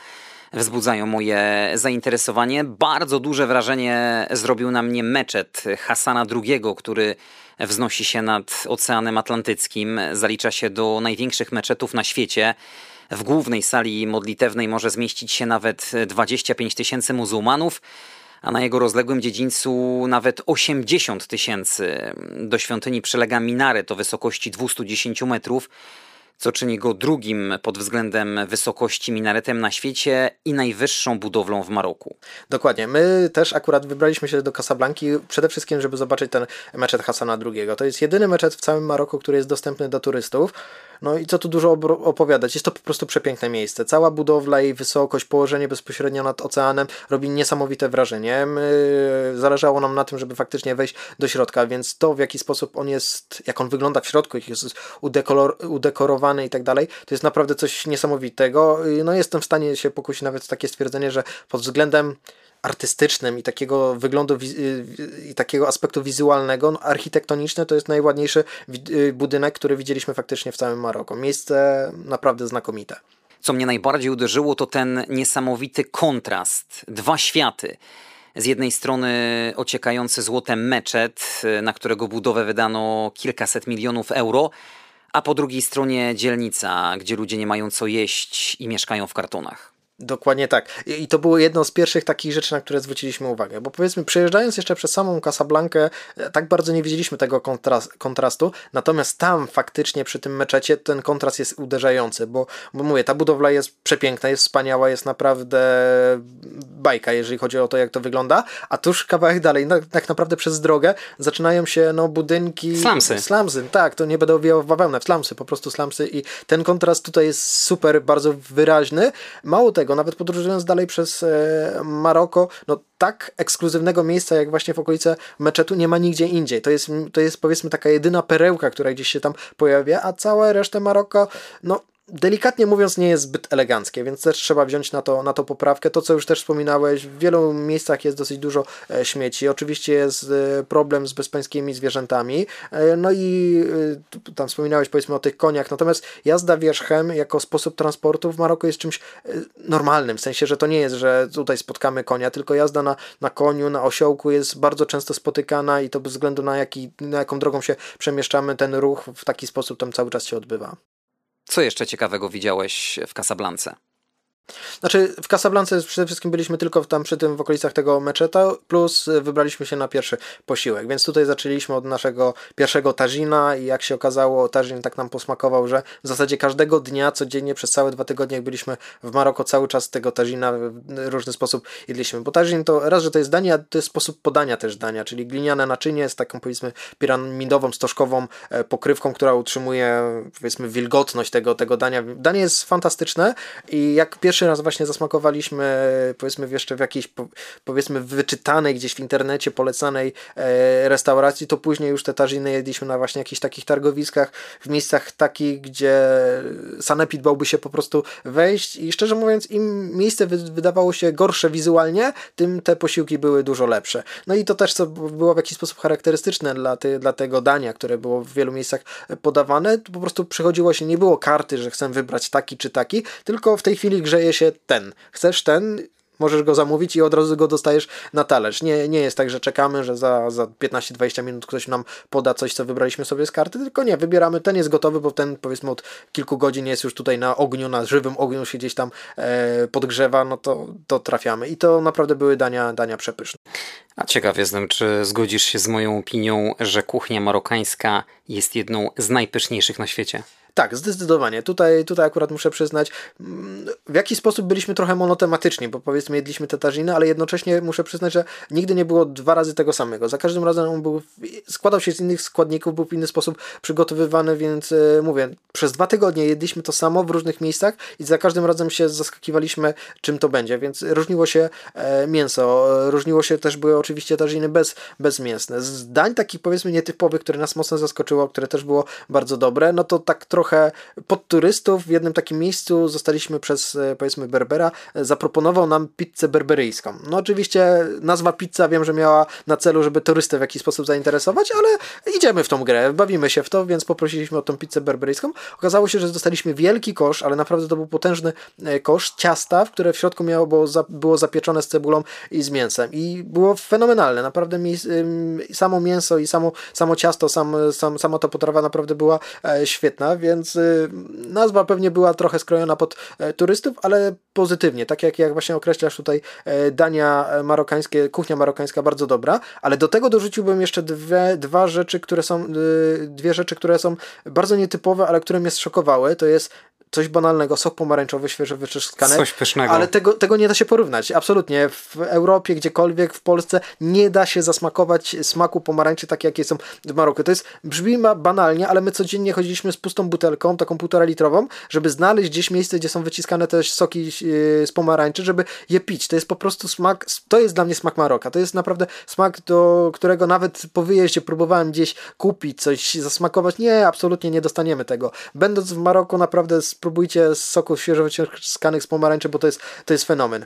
wzbudzają moje zainteresowanie. Bardzo duże wrażenie zrobił na mnie meczet Hasana drugiego, który wznosi się nad Oceanem Atlantyckim. Zalicza się do największych meczetów na świecie. W głównej sali modlitewnej może zmieścić się nawet dwadzieścia pięć tysięcy muzułmanów, a na jego rozległym dziedzińcu nawet osiemdziesiąt tysięcy. Do świątyni przylega minaret o wysokości dwieście dziesięć metrów, co czyni go drugim pod względem wysokości minaretem na świecie i najwyższą budowlą w Maroku. Dokładnie. My też akurat wybraliśmy się do Casablanki przede wszystkim, żeby zobaczyć ten meczet Hasana drugiego. To jest jedyny meczet w całym Maroku, który jest dostępny do turystów. No i co tu dużo opowiadać, jest to po prostu przepiękne miejsce. Cała budowla i wysokość, położenie bezpośrednio nad oceanem robi niesamowite wrażenie. My, zależało nam na tym, żeby faktycznie wejść do środka, więc to w jaki sposób on jest, jak on wygląda w środku, jak jest udekolor, udekorowany i tak dalej, to jest naprawdę coś niesamowitego. No jestem w stanie się pokusić nawet takie stwierdzenie, że pod względem artystycznym i takiego wyglądu i takiego aspektu wizualnego, no architektoniczne to jest najładniejszy budynek, który widzieliśmy faktycznie w całym Maroku. Miejsce naprawdę znakomite. Co mnie najbardziej uderzyło, to ten niesamowity kontrast. Dwa światy. Z jednej strony ociekający złotem meczet, na którego budowę wydano kilkaset milionów euro, a po drugiej stronie dzielnica, gdzie ludzie nie mają co jeść i mieszkają w kartonach. Dokładnie tak. I to było jedno z pierwszych takich rzeczy, na które zwróciliśmy uwagę. Bo powiedzmy, przejeżdżając jeszcze przez samą Casablankę, tak bardzo nie widzieliśmy tego kontras- kontrastu, natomiast tam faktycznie przy tym meczecie ten kontrast jest uderzający, bo, bo mówię, ta budowla jest przepiękna, jest wspaniała, jest naprawdę bajka, jeżeli chodzi o to, jak to wygląda, a tuż kawałek dalej, no, tak naprawdę przez drogę zaczynają się no, budynki... Slumsy. Slumsy, tak, to nie będę owijał w bawełnę, w slumsy, po prostu slumsy i ten kontrast tutaj jest super, bardzo wyraźny. Mało tego, nawet podróżując dalej przez e, Maroko, no tak ekskluzywnego miejsca jak właśnie w okolice meczetu nie ma nigdzie indziej. To jest, to jest powiedzmy taka jedyna perełka, która gdzieś się tam pojawia, a całe resztę Maroka, no delikatnie mówiąc, nie jest zbyt eleganckie, więc też trzeba wziąć na to, na to poprawkę. To, co już też wspominałeś, w wielu miejscach jest dosyć dużo e, śmieci. Oczywiście jest e, problem z bezpańskimi zwierzętami. E, no i e, tam wspominałeś powiedzmy o tych koniach. Natomiast jazda wierzchem jako sposób transportu w Maroku jest czymś e, normalnym. W sensie, że to nie jest, że tutaj spotkamy konia, tylko jazda na, na koniu, na osiołku jest bardzo często spotykana i to bez względu na, jaki, na jaką drogą się przemieszczamy, ten ruch w taki sposób tam cały czas się odbywa. Co jeszcze ciekawego widziałeś w Casablance? Znaczy w Casablance przede wszystkim byliśmy tylko tam przy tym w okolicach tego meczeta, plus wybraliśmy się na pierwszy posiłek, więc tutaj zaczęliśmy od naszego pierwszego tagina i jak się okazało, tagin tak nam posmakował, że w zasadzie każdego dnia, codziennie przez całe dwa tygodnie, jak byliśmy w Maroku, cały czas tego tagina w różny sposób jedliśmy, bo tagin to raz, że to jest danie, a to jest sposób podania też dania, czyli gliniane naczynie z taką powiedzmy piramidową, stożkową pokrywką, która utrzymuje powiedzmy wilgotność tego, tego dania. Danie jest fantastyczne i jak pierwszy raz właśnie zasmakowaliśmy powiedzmy jeszcze w jakiejś powiedzmy wyczytanej gdzieś w internecie polecanej e, restauracji, to później już te taginy jedliśmy na właśnie jakichś takich targowiskach, w miejscach takich, gdzie sanepid bałby się po prostu wejść i szczerze mówiąc im miejsce wy- wydawało się gorsze wizualnie, tym te posiłki były dużo lepsze. No i to też co było w jakiś sposób charakterystyczne dla, ty, dla tego dania, które było w wielu miejscach podawane, to po prostu przychodziło się, nie było karty, że chcę wybrać taki czy taki, tylko w tej chwili grzeje się ten. Chcesz ten, możesz go zamówić i od razu go dostajesz na talerz. Nie, nie jest tak, że czekamy, że za, za piętnaście dwadzieścia minut ktoś nam poda coś, co wybraliśmy sobie z karty, tylko nie, wybieramy, ten jest gotowy, bo ten powiedzmy od kilku godzin jest już tutaj na ogniu, na żywym ogniu się gdzieś tam e, podgrzewa, no to, to trafiamy. I to naprawdę były dania, dania przepyszne. A ciekaw jestem, czy zgodzisz się z moją opinią, że kuchnia marokańska jest jedną z najpyszniejszych na świecie? Tak, zdecydowanie. Tutaj, tutaj akurat muszę przyznać, w jaki sposób byliśmy trochę monotematyczni, bo powiedzmy jedliśmy te taginy, ale jednocześnie muszę przyznać, że nigdy nie było dwa razy tego samego. Za każdym razem on był, składał się z innych składników, był w inny sposób przygotowywany, więc yy, mówię, przez dwa tygodnie jedliśmy to samo w różnych miejscach i za każdym razem się zaskakiwaliśmy, czym to będzie, więc różniło się e, mięso, różniło się też, były oczywiście taginy bez, bezmięsne. Z dań takich powiedzmy nietypowych, które nas mocno zaskoczyło, które też było bardzo dobre, no to tak trochę trochę pod turystów w jednym takim miejscu zostaliśmy przez powiedzmy Berbera, zaproponował nam pizzę berberyjską. No oczywiście nazwa pizza wiem, że miała na celu, żeby turystę w jakiś sposób zainteresować, ale idziemy w tą grę, bawimy się w to, więc poprosiliśmy o tą pizzę berberyjską. Okazało się, że dostaliśmy wielki kosz, ale naprawdę to był potężny kosz ciasta, w które w środku miało, było, za, było zapieczone z cebulą i z mięsem. I było fenomenalne. Naprawdę mi, samo mięso i samo, samo ciasto, sam, sam, sama ta potrawa naprawdę była świetna, więc nazwa pewnie była trochę skrojona pod turystów, ale pozytywnie. Tak jak, jak właśnie określasz tutaj dania marokańskie, kuchnia marokańska bardzo dobra, ale do tego dorzuciłbym jeszcze dwie, dwa rzeczy, które są, dwie rzeczy, które są bardzo nietypowe, ale które mnie zszokowały. To jest coś banalnego, sok pomarańczowy, świeżo wyczyskany. Coś pysznego. Ale tego, tego nie da się porównać. Absolutnie. W Europie, gdziekolwiek, w Polsce nie da się zasmakować smaku pomarańczy takie, jakie są w Maroku. To jest, brzmi banalnie, ale my codziennie chodziliśmy z pustą butelką, taką półtora litrową, żeby znaleźć gdzieś miejsce, gdzie są wyciskane też soki z pomarańczy, żeby je pić. To jest po prostu smak, to jest dla mnie smak Maroka. To jest naprawdę smak, do którego nawet po wyjeździe próbowałem gdzieś kupić, coś zasmakować. Nie, absolutnie nie dostaniemy tego. Będąc w Maroku, naprawdę spróbujcie z soków świeżo wyciskanych z pomarańczy, bo to jest, to jest fenomen.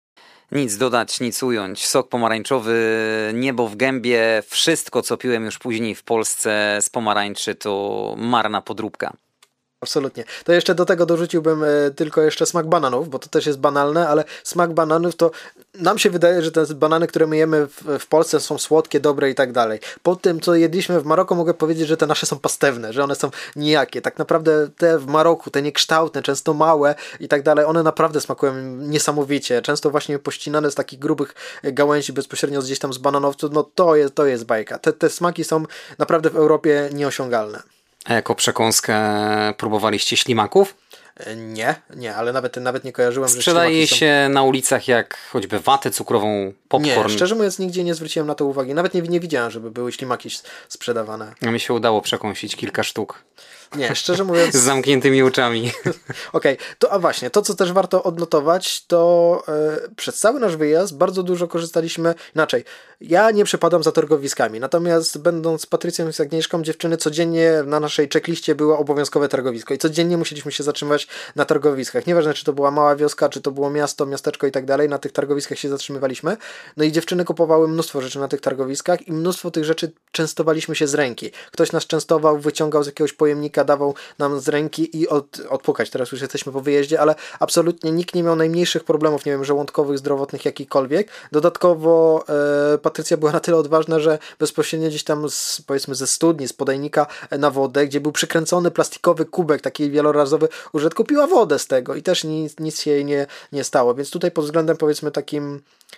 Nic dodać, nic ująć. Sok pomarańczowy, niebo w gębie, wszystko co piłem już później w Polsce z pomarańczy to marna podróbka. Absolutnie. To jeszcze do tego dorzuciłbym e, tylko jeszcze smak bananów, bo to też jest banalne, ale smak bananów to nam się wydaje, że te banany, które my jemy w, w Polsce są słodkie, dobre i tak dalej. Po tym, co jedliśmy w Maroku, mogę powiedzieć, że te nasze są pastewne, że one są nijakie. Tak naprawdę te w Maroku, te niekształtne, często małe i tak dalej, one naprawdę smakują niesamowicie. Często właśnie pościnane z takich grubych gałęzi bezpośrednio gdzieś tam z bananowców, no to jest, to jest bajka. Te, te smaki są naprawdę w Europie nieosiągalne. A jako przekąskę próbowaliście ślimaków? Nie, nie, ale nawet, nawet nie kojarzyłem, że sprzedaje są... się na ulicach jak choćby watę cukrową, popcorn. Nie, szczerze mówiąc nigdzie nie zwróciłem na to uwagi. Nawet nie, nie widziałem, żeby były ślimaki sprzedawane. A mi się udało przekąsić kilka sztuk. Nie, szczerze mówiąc... Z zamkniętymi oczami. Okej, okay. To a właśnie, to co też warto odnotować, to yy, przez cały nasz wyjazd bardzo dużo korzystaliśmy, inaczej, ja nie przepadam za targowiskami, natomiast będąc z Patrycją i z Agnieszką, dziewczyny, codziennie na naszej checkliście było obowiązkowe targowisko i codziennie musieliśmy się zatrzymywać na targowiskach. Nieważne, czy to była mała wioska, czy to było miasto, miasteczko i tak dalej, na tych targowiskach się zatrzymywaliśmy. No i dziewczyny kupowały mnóstwo rzeczy na tych targowiskach i mnóstwo tych rzeczy częstowaliśmy się z ręki. Ktoś nas częstował, wyciągał z jakiegoś pojemnika, dawał nam z ręki i od, odpukać. Teraz już jesteśmy po wyjeździe, ale absolutnie nikt nie miał najmniejszych problemów, nie wiem, żołądkowych, zdrowotnych, jakikolwiek. Dodatkowo e, Patrycja była na tyle odważna, że bezpośrednio gdzieś tam z, powiedzmy ze studni, z podajnika na wodę, gdzie był przykręcony plastikowy kubek, taki wielorazowy użytku, piła wodę z tego i też nic, nic się jej nie, nie stało. Więc tutaj pod względem powiedzmy takim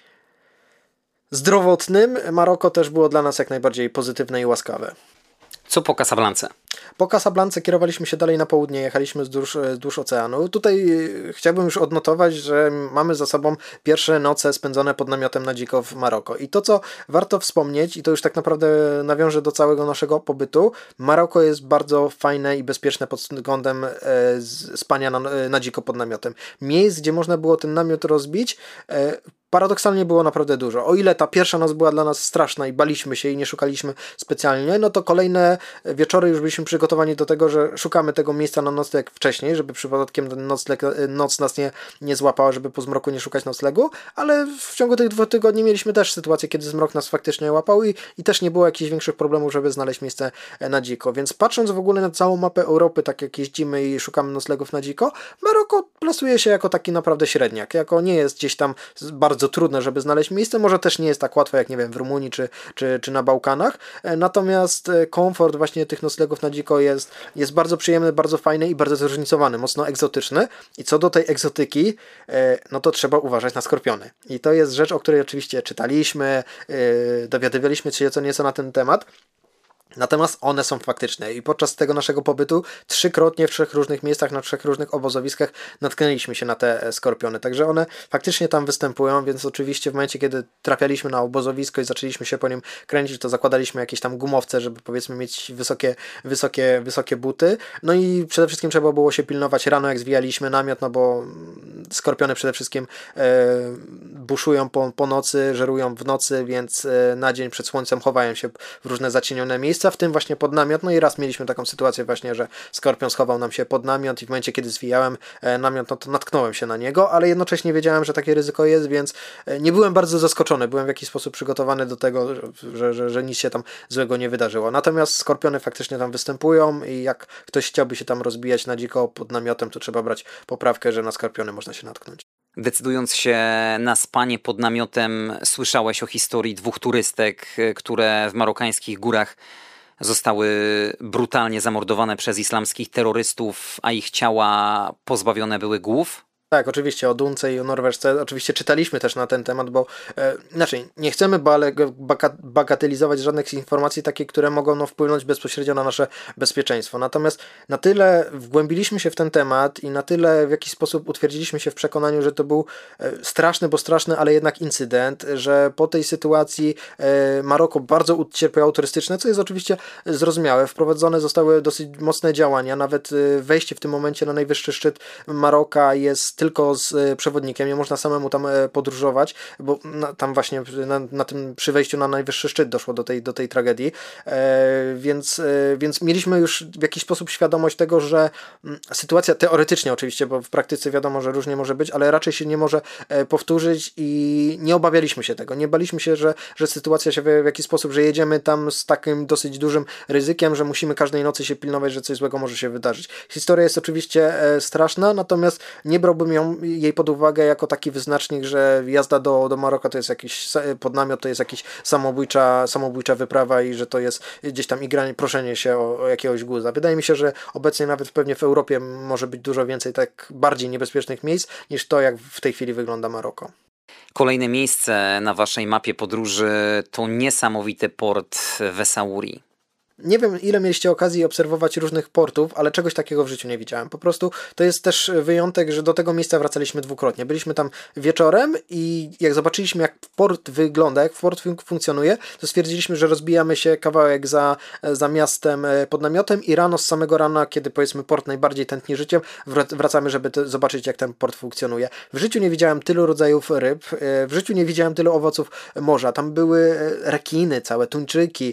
zdrowotnym Maroko też było dla nas jak najbardziej pozytywne i łaskawe. Co po Casablance? Po Casablance kierowaliśmy się dalej na południe, jechaliśmy wzdłuż, wzdłuż oceanu. Tutaj chciałbym już odnotować, że mamy za sobą pierwsze noce spędzone pod namiotem na dziko w Maroko. I to, co warto wspomnieć, i to już tak naprawdę nawiąże do całego naszego pobytu, Maroko jest bardzo fajne i bezpieczne pod względem e, spania na, na dziko pod namiotem. Miejsc, gdzie można było ten namiot rozbić, e, paradoksalnie było naprawdę dużo. O ile ta pierwsza noc była dla nas straszna i baliśmy się i nie szukaliśmy specjalnie, no to kolejne wieczory już byliśmy przygotowani do tego, że szukamy tego miejsca na nocleg wcześniej, żeby przypadkiem ten nocleg, noc nas nie, nie złapała, żeby po zmroku nie szukać noclegu, ale w ciągu tych dwóch tygodni mieliśmy też sytuację, kiedy zmrok nas faktycznie łapał i, i też nie było jakichś większych problemów, żeby znaleźć miejsce na dziko. Więc patrząc w ogóle na całą mapę Europy, tak jak jeździmy i szukamy noclegów na dziko, Maroko plasuje się jako taki naprawdę średniak, jako nie jest gdzieś tam bardzo trudne, żeby znaleźć miejsce, może też nie jest tak łatwo jak, nie wiem, w Rumunii czy, czy, czy na Bałkanach, natomiast komfort właśnie tych noclegów na dziko jest, jest bardzo przyjemny, bardzo fajny i bardzo zróżnicowany, mocno egzotyczny i co do tej egzotyki, no to trzeba uważać na skorpiony i to jest rzecz, o której oczywiście czytaliśmy, dowiadywaliśmy się co nieco na ten temat. Natomiast one są faktyczne i podczas tego naszego pobytu trzykrotnie w trzech różnych miejscach, na trzech różnych obozowiskach natknęliśmy się na te skorpiony. Także one faktycznie tam występują, więc oczywiście w momencie, kiedy trafialiśmy na obozowisko i zaczęliśmy się po nim kręcić, to zakładaliśmy jakieś tam gumowce, żeby powiedzmy mieć wysokie, wysokie, wysokie buty. No i przede wszystkim trzeba było się pilnować rano, jak zwijaliśmy namiot, no bo skorpiony przede wszystkim e, buszują po, po nocy, żerują w nocy, więc e, na dzień przed słońcem chowają się w różne zacienione miejsca. miejsca, w tym właśnie pod namiot. No i raz mieliśmy taką sytuację właśnie, że skorpion schował nam się pod namiot i w momencie, kiedy zwijałem namiot, no to natknąłem się na niego, ale jednocześnie wiedziałem, że takie ryzyko jest, więc nie byłem bardzo zaskoczony. Byłem w jakiś sposób przygotowany do tego, że, że, że nic się tam złego nie wydarzyło. Natomiast skorpiony faktycznie tam występują i jak ktoś chciałby się tam rozbijać na dziko pod namiotem, to trzeba brać poprawkę, że na skorpiony można się natknąć. Decydując się na spanie pod namiotem, słyszałeś o historii dwóch turystek, które w marokańskich górach zostały brutalnie zamordowane przez islamskich terrorystów, a ich ciała pozbawione były głów? Tak, oczywiście o Dunce i o Norweżce oczywiście czytaliśmy też na ten temat, bo e, inaczej nie chcemy bagatelizować żadnych informacji takich, które mogą no, wpłynąć bezpośrednio na nasze bezpieczeństwo. Natomiast na tyle wgłębiliśmy się w ten temat i na tyle w jakiś sposób utwierdziliśmy się w przekonaniu, że to był e, straszny, bo straszny, ale jednak incydent, że po tej sytuacji e, Maroko bardzo ucierpiało turystyczne, co jest oczywiście zrozumiałe. Wprowadzone zostały dosyć mocne działania, nawet e, wejście w tym momencie na najwyższy szczyt Maroka jest tylko z przewodnikiem, nie można samemu tam podróżować, bo na, tam właśnie na, na tym przy wejściu na najwyższy szczyt doszło do tej, do tej tragedii, e, więc, e, więc mieliśmy już w jakiś sposób świadomość tego, że m, sytuacja teoretycznie oczywiście, bo w praktyce wiadomo, że różnie może być, ale raczej się nie może e, powtórzyć i nie obawialiśmy się tego, nie baliśmy się, że, że sytuacja się w, w jakiś sposób, że jedziemy tam z takim dosyć dużym ryzykiem, że musimy każdej nocy się pilnować, że coś złego może się wydarzyć. Historia jest oczywiście e, straszna, natomiast nie brałbym ją, jej pod uwagę jako taki wyznacznik, że jazda do, do Maroka to jest jakiś pod namiot, to jest jakiś samobójcza, samobójcza wyprawa i że to jest gdzieś tam igranie, proszenie się o, o jakiegoś guza. Wydaje mi się, że obecnie nawet pewnie w Europie może być dużo więcej tak bardziej niebezpiecznych miejsc niż to, jak w tej chwili wygląda Maroko. Kolejne miejsce na waszej mapie podróży to niesamowity port w Essaouira. Nie wiem, ile mieliście okazji obserwować różnych portów, ale czegoś takiego w życiu nie widziałem. Po prostu to jest też wyjątek, że do tego miejsca wracaliśmy dwukrotnie. Byliśmy tam wieczorem i jak zobaczyliśmy, jak port wygląda, jak port fun- funkcjonuje, to stwierdziliśmy, że rozbijamy się kawałek za, za miastem pod namiotem i rano, z samego rana, kiedy powiedzmy port najbardziej tętni życiem, wracamy, żeby to, zobaczyć, jak ten port funkcjonuje. W życiu nie widziałem tylu rodzajów ryb, w życiu nie widziałem tylu owoców morza. Tam były rekiny, całe tuńczyki,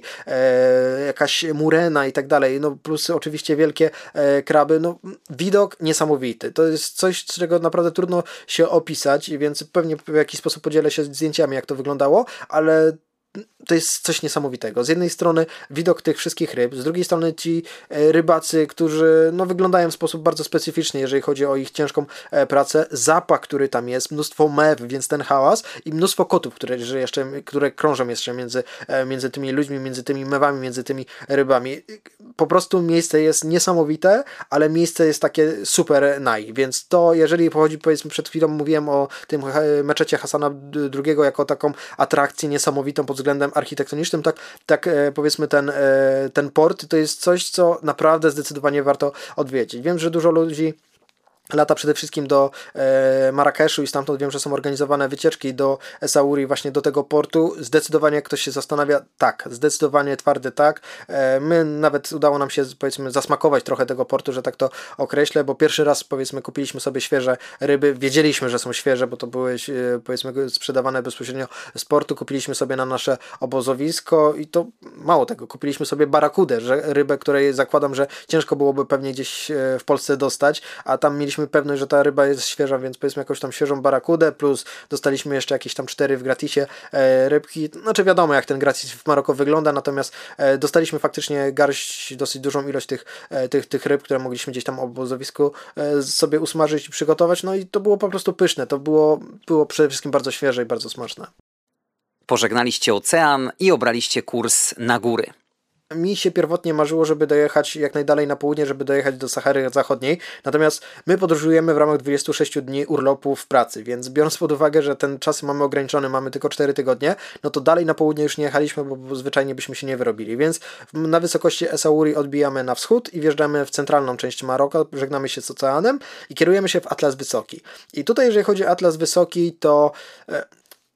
jakaś murena i tak dalej, no plus oczywiście wielkie e, kraby, no widok niesamowity, to jest coś, czego naprawdę trudno się opisać, więc pewnie w jakiś sposób podzielę się zdjęciami, jak to wyglądało, ale to jest coś niesamowitego. Z jednej strony widok tych wszystkich ryb, z drugiej strony ci rybacy, którzy no, wyglądają w sposób bardzo specyficzny, jeżeli chodzi o ich ciężką pracę, zapach, który tam jest, mnóstwo mew, więc ten hałas i mnóstwo kotów, które, że jeszcze, które krążą jeszcze między, między tymi ludźmi, między tymi mewami, między tymi rybami. Po prostu miejsce jest niesamowite, ale miejsce jest takie super naj, więc to, jeżeli pochodzi, powiedzmy, przed chwilą mówiłem o tym meczecie Hasana drugiego jako taką atrakcję niesamowitą pod względem architektonicznym, tak, tak powiedzmy ten, ten port to jest coś, co naprawdę zdecydowanie warto odwiedzić. Wiem, że dużo ludzi lata przede wszystkim do e, Marrakeszu i stamtąd wiem, że są organizowane wycieczki do Essaouira, właśnie do tego portu. Zdecydowanie jak ktoś się zastanawia, tak, zdecydowanie twardy tak. E, my nawet udało nam się, powiedzmy, zasmakować trochę tego portu, że tak to określę, bo pierwszy raz, powiedzmy, kupiliśmy sobie świeże ryby, wiedzieliśmy, że są świeże, bo to były, e, powiedzmy, sprzedawane bezpośrednio z portu, kupiliśmy sobie na nasze obozowisko i to mało tego, kupiliśmy sobie barakudę, że rybę, której zakładam, że ciężko byłoby pewnie gdzieś w Polsce dostać, a tam mieliśmy pewność, że ta ryba jest świeża, więc powiedzmy jakąś tam świeżą barakudę, plus dostaliśmy jeszcze jakieś tam cztery w gratisie e, rybki. Znaczy wiadomo, jak ten gratis w Maroku wygląda, natomiast e, dostaliśmy faktycznie garść, dosyć dużą ilość tych, e, tych, tych ryb, które mogliśmy gdzieś tam w obozowisku e, sobie usmażyć i przygotować, no i to było po prostu pyszne, to było, było przede wszystkim bardzo świeże i bardzo smaczne. Pożegnaliście ocean i obraliście kurs na góry. Mi się pierwotnie marzyło, żeby dojechać jak najdalej na południe, żeby dojechać do Sahary Zachodniej, natomiast my podróżujemy w ramach dwudziestu sześciu dni urlopu w pracy, więc biorąc pod uwagę, że ten czas mamy ograniczony, mamy tylko cztery tygodnie, no to dalej na południe już nie jechaliśmy, bo, bo zwyczajnie byśmy się nie wyrobili, więc na wysokości Essaouira odbijamy na wschód i wjeżdżamy w centralną część Maroka, żegnamy się z oceanem i kierujemy się w Atlas Wysoki. I tutaj, jeżeli chodzi o Atlas Wysoki, to... E,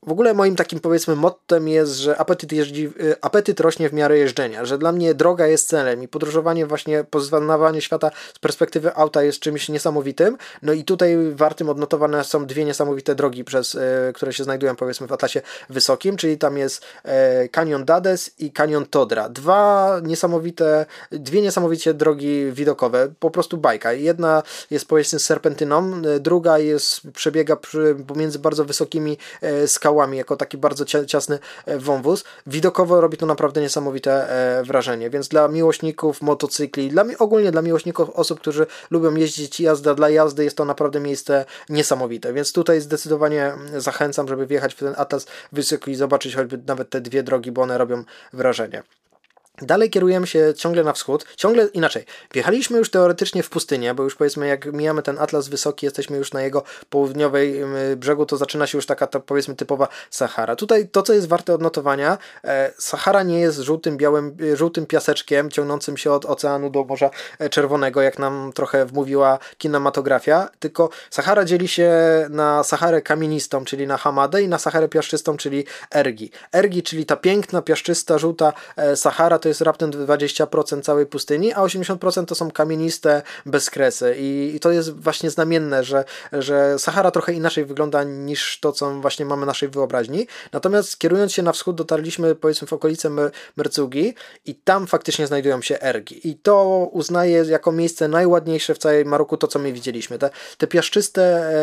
w ogóle moim takim powiedzmy mottem jest, że apetyt, jeździ, apetyt rośnie w miarę jeżdżenia, że dla mnie droga jest celem i podróżowanie właśnie, poznawanie świata z perspektywy auta jest czymś niesamowitym. No i tutaj wartym odnotowane są dwie niesamowite drogi, przez, które się znajdują powiedzmy w Atlasie Wysokim, czyli tam jest Canyon Dades i Canyon Todra. Dwa niesamowite, dwie niesamowicie drogi widokowe, po prostu bajka. Jedna jest powiedzmy serpentyną, druga jest, przebiega przy, pomiędzy bardzo wysokimi skałami, jako taki bardzo ciasny wąwóz. Widokowo robi to naprawdę niesamowite wrażenie, więc dla miłośników motocykli, dla ogólnie dla miłośników osób, którzy lubią jeździć, jazda dla jazdy, jest to naprawdę miejsce niesamowite, więc tutaj zdecydowanie zachęcam, żeby wjechać w ten Atlas Wysoki i zobaczyć choćby nawet te dwie drogi, bo one robią wrażenie. Dalej kierujemy się ciągle na wschód, ciągle inaczej. Wjechaliśmy już teoretycznie w pustynię, bo już powiedzmy jak mijamy ten Atlas Wysoki, jesteśmy już na jego południowej brzegu, to zaczyna się już taka to powiedzmy typowa Sahara. Tutaj to, co jest warte odnotowania, e, Sahara nie jest żółtym, białym, żółtym piaseczkiem ciągnącym się od oceanu do Morza Czerwonego, jak nam trochę wmówiła kinematografia, tylko Sahara dzieli się na Saharę kamienistą, czyli na Hamadę, i na Saharę piaszczystą, czyli Ergi. Ergi, czyli ta piękna, piaszczysta, żółta Sahara, to jest raptem dwadzieścia procent całej pustyni, a osiemdziesiąt procent to są kamieniste bezkresy i, i to jest właśnie znamienne, że, że Sahara trochę inaczej wygląda niż to, co właśnie mamy w naszej wyobraźni. Natomiast kierując się na wschód, dotarliśmy powiedzmy w okolice Merzugi i tam faktycznie znajdują się Ergi. I to uznaję jako miejsce najładniejsze w całej Maroku, to co my widzieliśmy. Te, te piaszczyste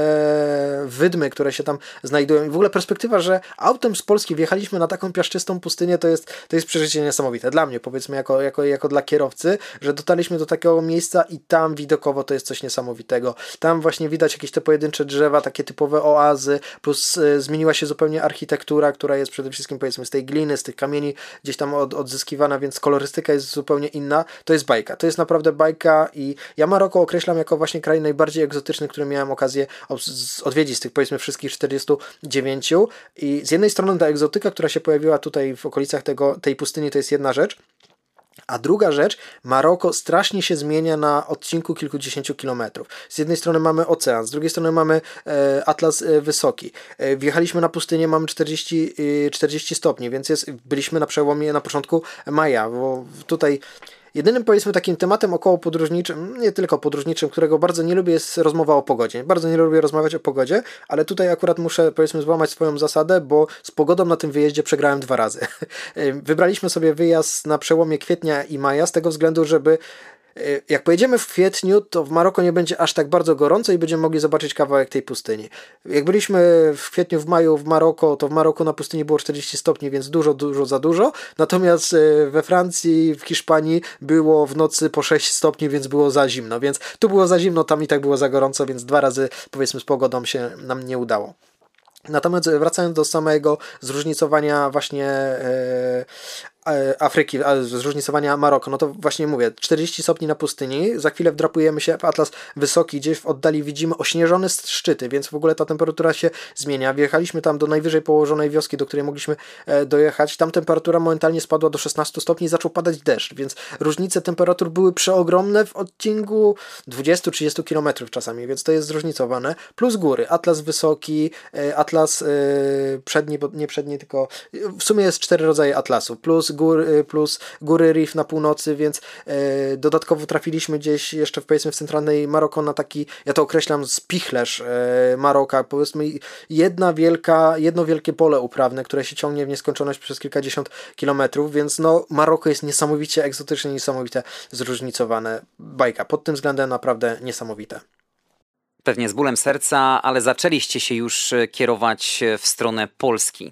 e, wydmy, które się tam znajdują i w ogóle perspektywa, że autem z Polski wjechaliśmy na taką piaszczystą pustynię, to jest, to jest przeżycie niesamowite. Dla mnie, powiedzmy, jako, jako, jako dla kierowcy, że dotarliśmy do takiego miejsca i tam widokowo to jest coś niesamowitego. Tam właśnie widać jakieś te pojedyncze drzewa, takie typowe oazy, plus y, zmieniła się zupełnie architektura, która jest przede wszystkim powiedzmy z tej gliny, z tych kamieni gdzieś tam od, odzyskiwana, więc kolorystyka jest zupełnie inna. To jest bajka. To jest naprawdę bajka i ja Maroko określam jako właśnie kraj najbardziej egzotyczny, który miałem okazję odwiedzić z tych powiedzmy wszystkich czterdziestu dziewięciu i z jednej strony ta egzotyka, która się pojawiła tutaj w okolicach tego, tej pustyni, to jest jedna rzecz. A druga rzecz, Maroko strasznie się zmienia na odcinku kilkudziesięciu kilometrów. Z jednej strony mamy ocean, z drugiej strony mamy e, Atlas e, Wysoki. E, wjechaliśmy na pustynię, mamy czterdzieści, e, czterdzieści stopni, więc jest, byliśmy na przełomie na początku maja, bo tutaj jedynym powiedzmy takim tematem około podróżniczym, nie tylko podróżniczym, którego bardzo nie lubię, jest rozmowa o pogodzie. Bardzo nie lubię rozmawiać o pogodzie, ale tutaj akurat muszę powiedzmy złamać swoją zasadę, bo z pogodą na tym wyjeździe przegrałem dwa razy. Wybraliśmy sobie wyjazd na przełomie kwietnia i maja z tego względu, żeby jak pojedziemy w kwietniu, to w Maroko nie będzie aż tak bardzo gorąco i będziemy mogli zobaczyć kawałek tej pustyni. Jak byliśmy w kwietniu, w maju w Maroko, to w Maroku na pustyni było czterdzieści stopni, więc dużo, dużo za dużo. Natomiast we Francji, w Hiszpanii było w nocy po sześć stopni, więc było za zimno. Więc tu było za zimno, tam i tak było za gorąco, więc dwa razy powiedzmy z pogodą się nam nie udało. Natomiast wracając do samego zróżnicowania właśnie e, Afryki, zróżnicowania Maroka, no to właśnie mówię, czterdzieści stopni na pustyni, za chwilę wdrapujemy się w Atlas Wysoki, gdzieś w oddali widzimy ośnieżone szczyty, więc w ogóle ta temperatura się zmienia. Wjechaliśmy tam do najwyżej położonej wioski, do której mogliśmy dojechać, tam temperatura momentalnie spadła do szesnastu stopni i zaczął padać deszcz, więc różnice temperatur były przeogromne w odcinku dwudziestu do trzydziestu kilometrów czasami, więc to jest zróżnicowane, plus góry, Atlas Wysoki, Atlas przedni, nie przedni, tylko w sumie jest cztery rodzaje atlasów, plus Góry, plus góry Rif na północy, więc e, dodatkowo trafiliśmy gdzieś jeszcze w, powiedzmy w centralnej Maroko na taki, ja to określam spichlerz e, Maroka, powiedzmy jedna wielka, jedno wielkie pole uprawne, które się ciągnie w nieskończoność przez kilkadziesiąt kilometrów, więc no Maroko jest niesamowicie egzotyczne, niesamowite zróżnicowane. Bajka, pod tym względem naprawdę niesamowite. Pewnie z bólem serca, ale zaczęliście się już kierować w stronę Polski.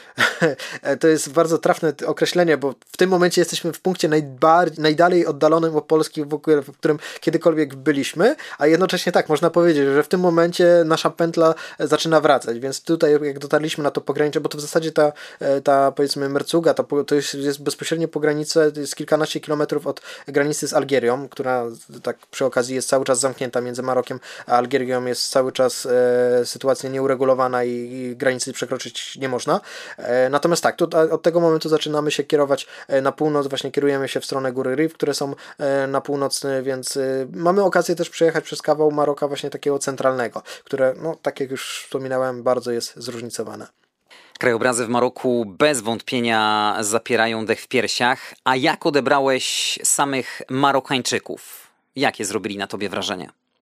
To jest bardzo trafne określenie, bo w tym momencie jesteśmy w punkcie najbar- najdalej oddalonym od Polski, w, ogóle, w którym kiedykolwiek byliśmy, a jednocześnie tak, można powiedzieć, że w tym momencie nasza pętla zaczyna wracać, więc tutaj jak dotarliśmy na to pogranicze, bo to w zasadzie ta, ta powiedzmy Merzuga, to, to jest, jest bezpośrednio po granicy, to jest kilkanaście kilometrów od granicy z Algierią, która tak przy okazji jest cały czas zamknięta między Marokiem a Algierią, jest cały czas e, sytuacja nieuregulowana i, i granicy przekroczyć nie można. Natomiast tak, tu, od tego momentu zaczynamy się kierować na północ, właśnie kierujemy się w stronę góry Rif, które są na północ, więc mamy okazję też przejechać przez kawał Maroka właśnie takiego centralnego, które, no tak jak już wspominałem, bardzo jest zróżnicowane. Krajobrazy w Maroku bez wątpienia zapierają dech w piersiach. A jak odebrałeś samych Marokańczyków? Jakie zrobili na tobie wrażenie?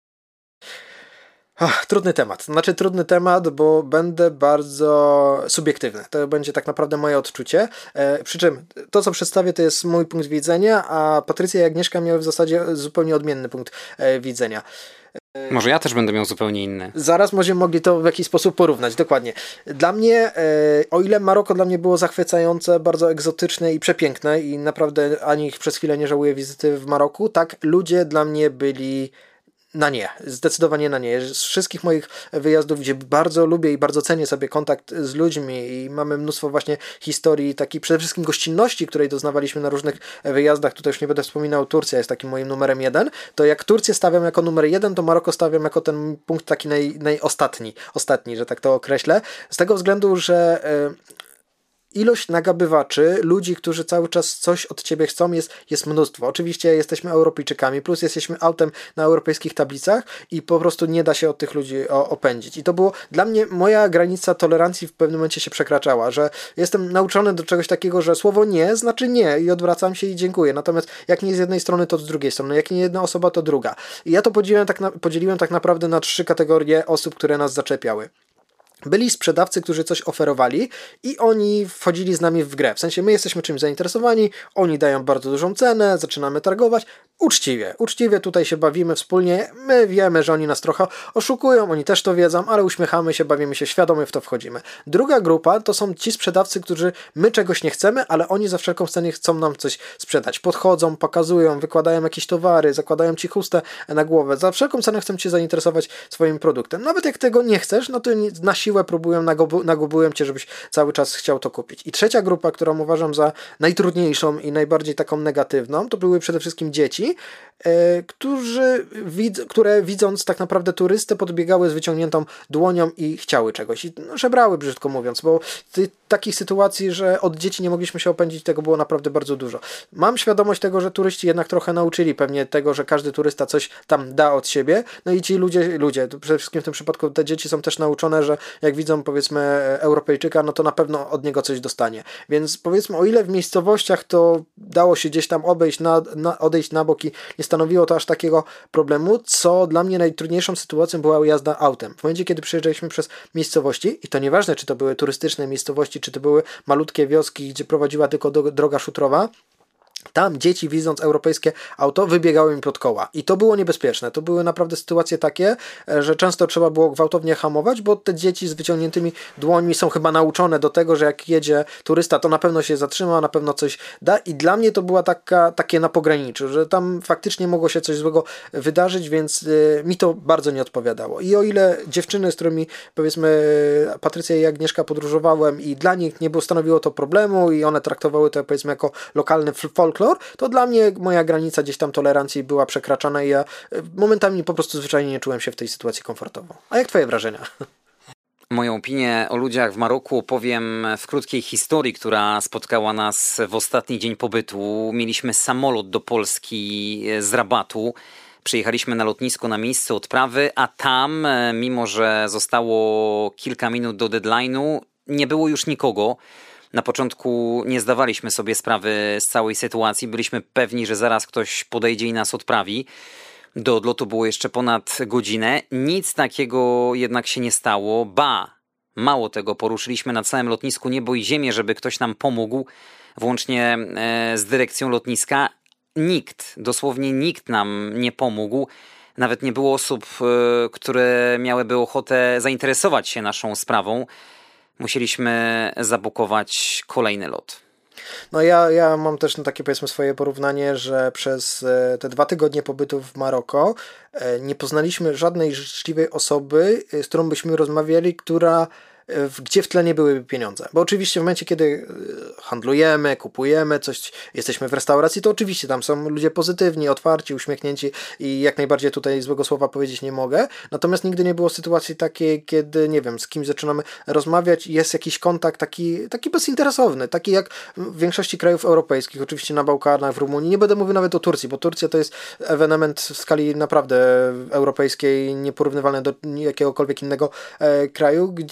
Ach, trudny temat. Znaczy trudny temat, bo będę bardzo subiektywny. To będzie tak naprawdę moje odczucie. E, przy czym to, co przedstawię, to jest mój punkt widzenia, a Patrycja i Agnieszka miały w zasadzie zupełnie odmienny punkt e, widzenia. Może ja też będę miał zupełnie inny. Zaraz będziemy mogli to w jakiś sposób porównać, dokładnie. Dla mnie, e, o ile Maroko dla mnie było zachwycające, bardzo egzotyczne i przepiękne i naprawdę ani przez chwilę nie żałuję wizyty w Maroku, tak ludzie dla mnie byli na nie, zdecydowanie na nie. Z wszystkich moich wyjazdów, gdzie bardzo lubię i bardzo cenię sobie kontakt z ludźmi i mamy mnóstwo właśnie historii, takiej przede wszystkim gościnności, której doznawaliśmy na różnych wyjazdach, tutaj już nie będę wspominał, Turcja jest takim moim numerem jeden, to jak Turcję stawiam jako numer jeden, to Maroko stawiam jako ten punkt taki naj, najostatni, ostatni, że tak to określę, z tego względu, że yy, ilość nagabywaczy, ludzi, którzy cały czas coś od ciebie chcą, jest, jest mnóstwo. Oczywiście jesteśmy Europejczykami, plus jesteśmy autem na europejskich tablicach i po prostu nie da się od tych ludzi o, opędzić. I to było, dla mnie, moja granica tolerancji w pewnym momencie się przekraczała, że jestem nauczony do czegoś takiego, że słowo nie znaczy nie i odwracam się i dziękuję. Natomiast jak nie z jednej strony, to z drugiej strony. Jak nie jedna osoba, to druga. I ja to podzieliłem tak, na, podzieliłem tak naprawdę na trzy kategorie osób, które nas zaczepiały. Byli sprzedawcy, którzy coś oferowali i oni wchodzili z nami w grę. W sensie my jesteśmy czymś zainteresowani, oni dają bardzo dużą cenę, zaczynamy targować. Uczciwie, uczciwie tutaj się bawimy wspólnie. My wiemy, że oni nas trochę oszukują, oni też to wiedzą, ale uśmiechamy się, bawimy się świadomie, w to wchodzimy. Druga grupa to są ci sprzedawcy, którzy my czegoś nie chcemy, ale oni za wszelką cenę chcą nam coś sprzedać. Podchodzą, pokazują, wykładają jakieś towary, zakładają ci chustę na głowę. Za wszelką cenę chcą cię zainteresować swoim produktem. Nawet jak tego nie chcesz, no to na siłę próbują, nagobu- nagobują cię, żebyś cały czas chciał to kupić. I trzecia grupa, którą uważam za najtrudniejszą i najbardziej taką negatywną, to były przede wszystkim dzieci, e, którzy, wid- które widząc tak naprawdę turystę podbiegały z wyciągniętą dłonią i chciały czegoś. I no, żebrały, brzydko mówiąc, bo ty, takich sytuacji, że od dzieci nie mogliśmy się opędzić, tego było naprawdę bardzo dużo. Mam świadomość tego, że turyści jednak trochę nauczyli pewnie tego, że każdy turysta coś tam da od siebie, no i ci ludzie, ludzie, przede wszystkim w tym przypadku te dzieci są też nauczone, że jak widzą powiedzmy Europejczyka, no to na pewno od niego coś dostanie. Więc powiedzmy, o ile w miejscowościach to dało się gdzieś tam obejść, na, na, odejść na bok i nie stanowiło to aż takiego problemu, co dla mnie najtrudniejszą sytuacją była jazda autem. W momencie, kiedy przejeżdżaliśmy przez miejscowości, i to nieważne, czy to były turystyczne miejscowości, czy to były malutkie wioski, gdzie prowadziła tylko do, droga szutrowa, tam dzieci, widząc europejskie auto, wybiegały mi pod koła. I to było niebezpieczne. To były naprawdę sytuacje takie, że często trzeba było gwałtownie hamować, bo te dzieci z wyciągniętymi dłońmi są chyba nauczone do tego, że jak jedzie turysta, to na pewno się zatrzyma, na pewno coś da. I dla mnie to była taka, takie na pograniczu, że tam faktycznie mogło się coś złego wydarzyć, więc y, mi to bardzo nie odpowiadało. I o ile dziewczyny, z którymi powiedzmy Patrycja i Agnieszka podróżowałem i dla nich nie było, stanowiło to problemu i one traktowały to powiedzmy jako lokalny folk, to dla mnie moja granica gdzieś tam tolerancji była przekraczana i ja momentami po prostu zwyczajnie nie czułem się w tej sytuacji komfortowo. A jak twoje wrażenia? Moją opinię o ludziach w Maroku opowiem w krótkiej historii, która spotkała nas w ostatni dzień pobytu. Mieliśmy samolot do Polski z Rabatu. Przyjechaliśmy na lotnisko na miejsce odprawy, a tam, mimo że zostało kilka minut do deadline'u, nie było już nikogo. Na początku nie zdawaliśmy sobie sprawy z całej sytuacji. Byliśmy pewni, że zaraz ktoś podejdzie i nas odprawi. Do odlotu było jeszcze ponad godzinę. Nic takiego jednak się nie stało. Ba, mało tego, poruszyliśmy na całym lotnisku niebo i ziemię, żeby ktoś nam pomógł, włącznie z dyrekcją lotniska. Nikt, dosłownie nikt nam nie pomógł. Nawet nie było osób, które miałyby ochotę zainteresować się naszą sprawą. Musieliśmy zabukować kolejny lot. No ja, ja mam też takie powiedzmy swoje porównanie, że przez te dwa tygodnie pobytu w Maroko nie poznaliśmy żadnej życzliwej osoby, z którą byśmy rozmawiali, która gdzie w tle nie były pieniądze. Bo oczywiście w momencie, kiedy handlujemy, kupujemy coś, jesteśmy w restauracji, to oczywiście tam są ludzie pozytywni, otwarci, uśmiechnięci i jak najbardziej tutaj złego słowa powiedzieć nie mogę. Natomiast nigdy nie było sytuacji takiej, kiedy, nie wiem, z kim zaczynamy rozmawiać i jest jakiś kontakt taki, taki bezinteresowny, taki jak w większości krajów europejskich, oczywiście na Bałkanach, w Rumunii. Nie będę mówił nawet o Turcji, bo Turcja to jest ewenement w skali naprawdę europejskiej, nieporównywalny do jakiegokolwiek innego e, kraju, gdzie, gdzie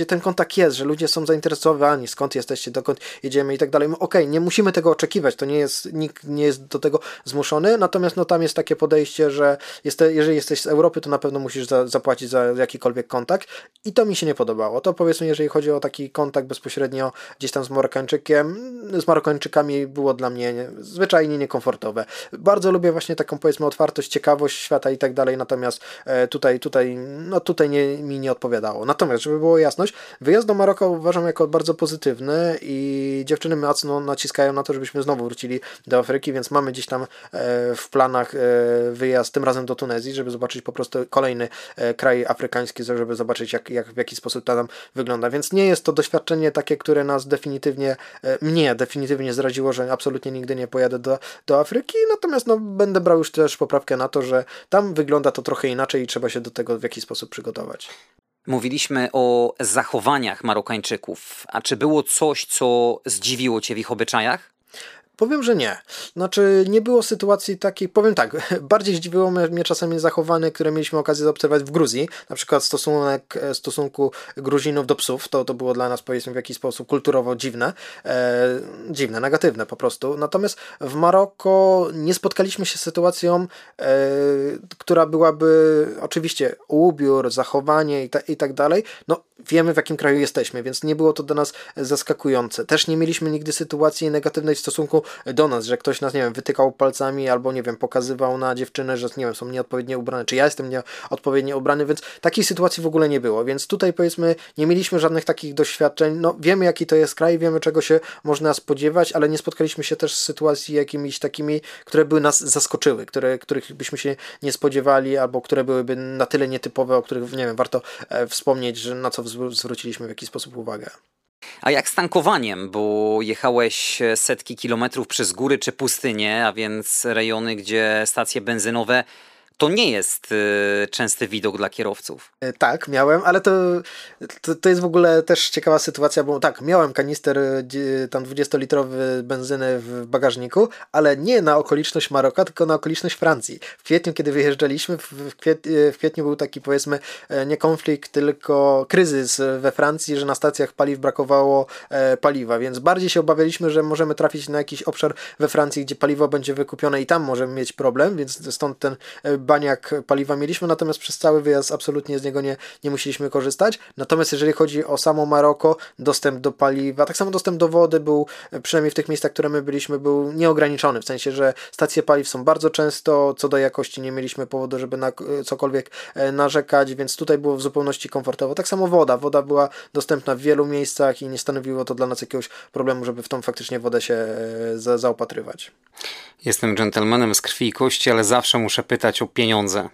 ten kontakt jest, że ludzie są zainteresowani, skąd jesteście, dokąd jedziemy i tak dalej. Okej, okay, nie musimy tego oczekiwać, to nie jest, nikt nie jest do tego zmuszony, natomiast no tam jest takie podejście, że jest, jeżeli jesteś z Europy, to na pewno musisz za, zapłacić za jakikolwiek kontakt i to mi się nie podobało. To powiedzmy, jeżeli chodzi o taki kontakt bezpośrednio gdzieś tam z Marokańczykiem, z Marokańczykami było dla mnie nie, zwyczajnie niekomfortowe. Bardzo lubię właśnie taką, powiedzmy, otwartość, ciekawość świata i tak dalej, natomiast e, tutaj, tutaj, no tutaj nie, mi nie odpowiadało. Natomiast, żeby było jasność, wyjazd do Maroka uważam jako bardzo pozytywny i dziewczyny mocno naciskają na to, żebyśmy znowu wrócili do Afryki, więc mamy gdzieś tam e, w planach e, wyjazd, tym razem do Tunezji, żeby zobaczyć po prostu kolejny e, kraj afrykański, żeby zobaczyć jak, jak w jaki sposób to tam wygląda. Więc nie jest to doświadczenie takie, które nas definitywnie, e, mnie definitywnie zraziło, że absolutnie nigdy nie pojadę do, do Afryki, natomiast no, będę brał już też poprawkę na to, że tam wygląda to trochę inaczej i trzeba się do tego w jakiś sposób przygotować. Mówiliśmy o zachowaniach Marokańczyków. A czy było coś, co zdziwiło cię w ich obyczajach? Powiem, że nie. Znaczy, nie było sytuacji takiej, powiem tak, bardziej zdziwiło mnie czasami zachowanie, które mieliśmy okazję zaobserwować w Gruzji, na przykład stosunek, stosunku Gruzinów do psów, to, to było dla nas, powiedzmy, w jakiś sposób kulturowo dziwne, e, dziwne, negatywne po prostu. Natomiast w Maroko nie spotkaliśmy się z sytuacją, e, która byłaby, oczywiście, ubiór, zachowanie i, ta, i tak dalej, no wiemy w jakim kraju jesteśmy, więc nie było to dla nas zaskakujące. Też nie mieliśmy nigdy sytuacji negatywnej w stosunku do nas, że ktoś nas, nie wiem, wytykał palcami albo, nie wiem, pokazywał na dziewczynę, że, nie wiem, są nieodpowiednio ubrane, czy ja jestem nieodpowiednio ubrany, więc takiej sytuacji w ogóle nie było, więc tutaj, powiedzmy, nie mieliśmy żadnych takich doświadczeń, no wiemy jaki to jest kraj, wiemy czego się można spodziewać, ale nie spotkaliśmy się też z sytuacji jakimiś takimi, które by nas zaskoczyły, które, których byśmy się nie spodziewali, albo które byłyby na tyle nietypowe, o których, nie wiem, warto e, wspomnieć, że na co zwróciliśmy w jakiś sposób uwagę. A jak z tankowaniem, bo jechałeś setki kilometrów przez góry czy pustynię, a więc rejony, gdzie stacje benzynowe to nie jest y, częsty widok dla kierowców. Tak, miałem, ale to, to, to jest w ogóle też ciekawa sytuacja, bo tak, miałem kanister tam dwudziestolitrowy benzyny w bagażniku, ale nie na okoliczność Maroka, tylko na okoliczność Francji. W kwietniu, kiedy wyjeżdżaliśmy, w, kwiet, w kwietniu był taki, powiedzmy, nie konflikt, tylko kryzys we Francji, że na stacjach paliw brakowało e, paliwa, więc bardziej się obawialiśmy, że możemy trafić na jakiś obszar we Francji, gdzie paliwo będzie wykupione i tam możemy mieć problem, więc stąd ten baniak paliwa mieliśmy, natomiast przez cały wyjazd absolutnie z niego nie, nie musieliśmy korzystać. Natomiast jeżeli chodzi o samo Maroko, dostęp do paliwa, tak samo dostęp do wody był, przynajmniej w tych miejscach, które my byliśmy, był nieograniczony, w sensie, że stacje paliw są bardzo często, co do jakości nie mieliśmy powodu, żeby na cokolwiek narzekać, więc tutaj było w zupełności komfortowo. Tak samo woda. Woda była dostępna w wielu miejscach i nie stanowiło to dla nas jakiegoś problemu, żeby w tą faktycznie wodę się za, zaopatrywać. Jestem dżentelmenem z krwi i kości, ale zawsze muszę pytać o pieniądze.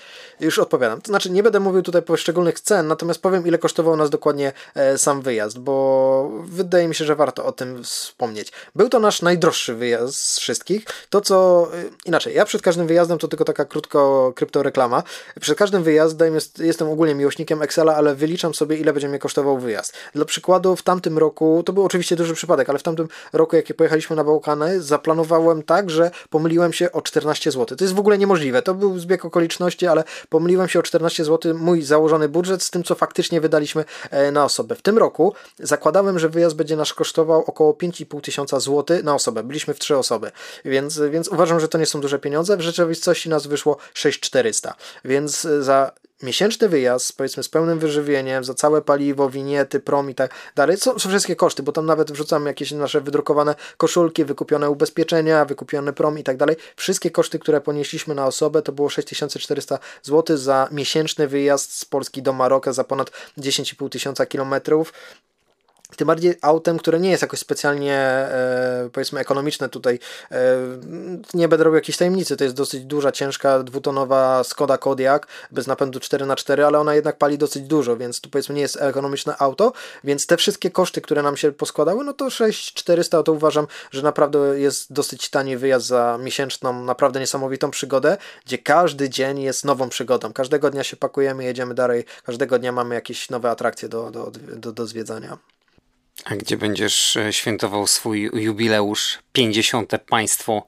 Już odpowiadam. To znaczy, nie będę mówił tutaj poszczególnych cen, natomiast powiem, ile kosztował nas dokładnie e, sam wyjazd, bo wydaje mi się, że warto o tym wspomnieć. Był to nasz najdroższy wyjazd z wszystkich. To, co... E, inaczej, ja przed każdym wyjazdem, to tylko taka krótko kryptoreklama, przed każdym wyjazdem jest, jestem ogólnie miłośnikiem Excela, ale wyliczam sobie, ile będzie mnie kosztował wyjazd. Dla przykładu, w tamtym roku, to był oczywiście duży przypadek, ale w tamtym roku, jak pojechaliśmy na Bałkany, zaplanowałem tak, że pomyliłem się o czternaście złotych. To jest w ogóle niemożliwe. To był zbieg okoliczności, ale pomyliłem się o czternaście złotych, mój założony budżet z tym, co faktycznie wydaliśmy na osobę. W tym roku zakładałem, że wyjazd będzie nas kosztował około pięć i pół tysiąca złotych na osobę. Byliśmy w trzy osoby, więc, więc uważam, że to nie są duże pieniądze. W rzeczywistości nas wyszło sześć tysięcy czterysta, więc za miesięczny wyjazd, powiedzmy z pełnym wyżywieniem, za całe paliwo, winiety, prom i tak dalej, są, są wszystkie koszty, bo tam nawet wrzucamy jakieś nasze wydrukowane koszulki, wykupione ubezpieczenia, wykupiony prom i tak dalej. Wszystkie koszty, które ponieśliśmy na osobę, to było sześć tysięcy czterysta złotych za miesięczny wyjazd z Polski do Maroka za ponad dziesięć i pół tysiąca kilometrów. Tym bardziej autem, które nie jest jakoś specjalnie, e, powiedzmy, ekonomiczne tutaj. E, nie będę robił jakiejś tajemnicy. To jest dosyć duża, ciężka, dwutonowa Skoda Kodiaq bez napędu cztery na cztery, ale ona jednak pali dosyć dużo, więc tu, powiedzmy, nie jest ekonomiczne auto, więc te wszystkie koszty, które nam się poskładały, no to sześć tysięcy czterysta, to uważam, że naprawdę jest dosyć tani wyjazd za miesięczną, naprawdę niesamowitą przygodę, gdzie każdy dzień jest nową przygodą. Każdego dnia się pakujemy, jedziemy dalej, każdego dnia mamy jakieś nowe atrakcje do, do, do, do zwiedzania. A gdzie będziesz świętował swój jubileusz, pięćdziesiąte państwo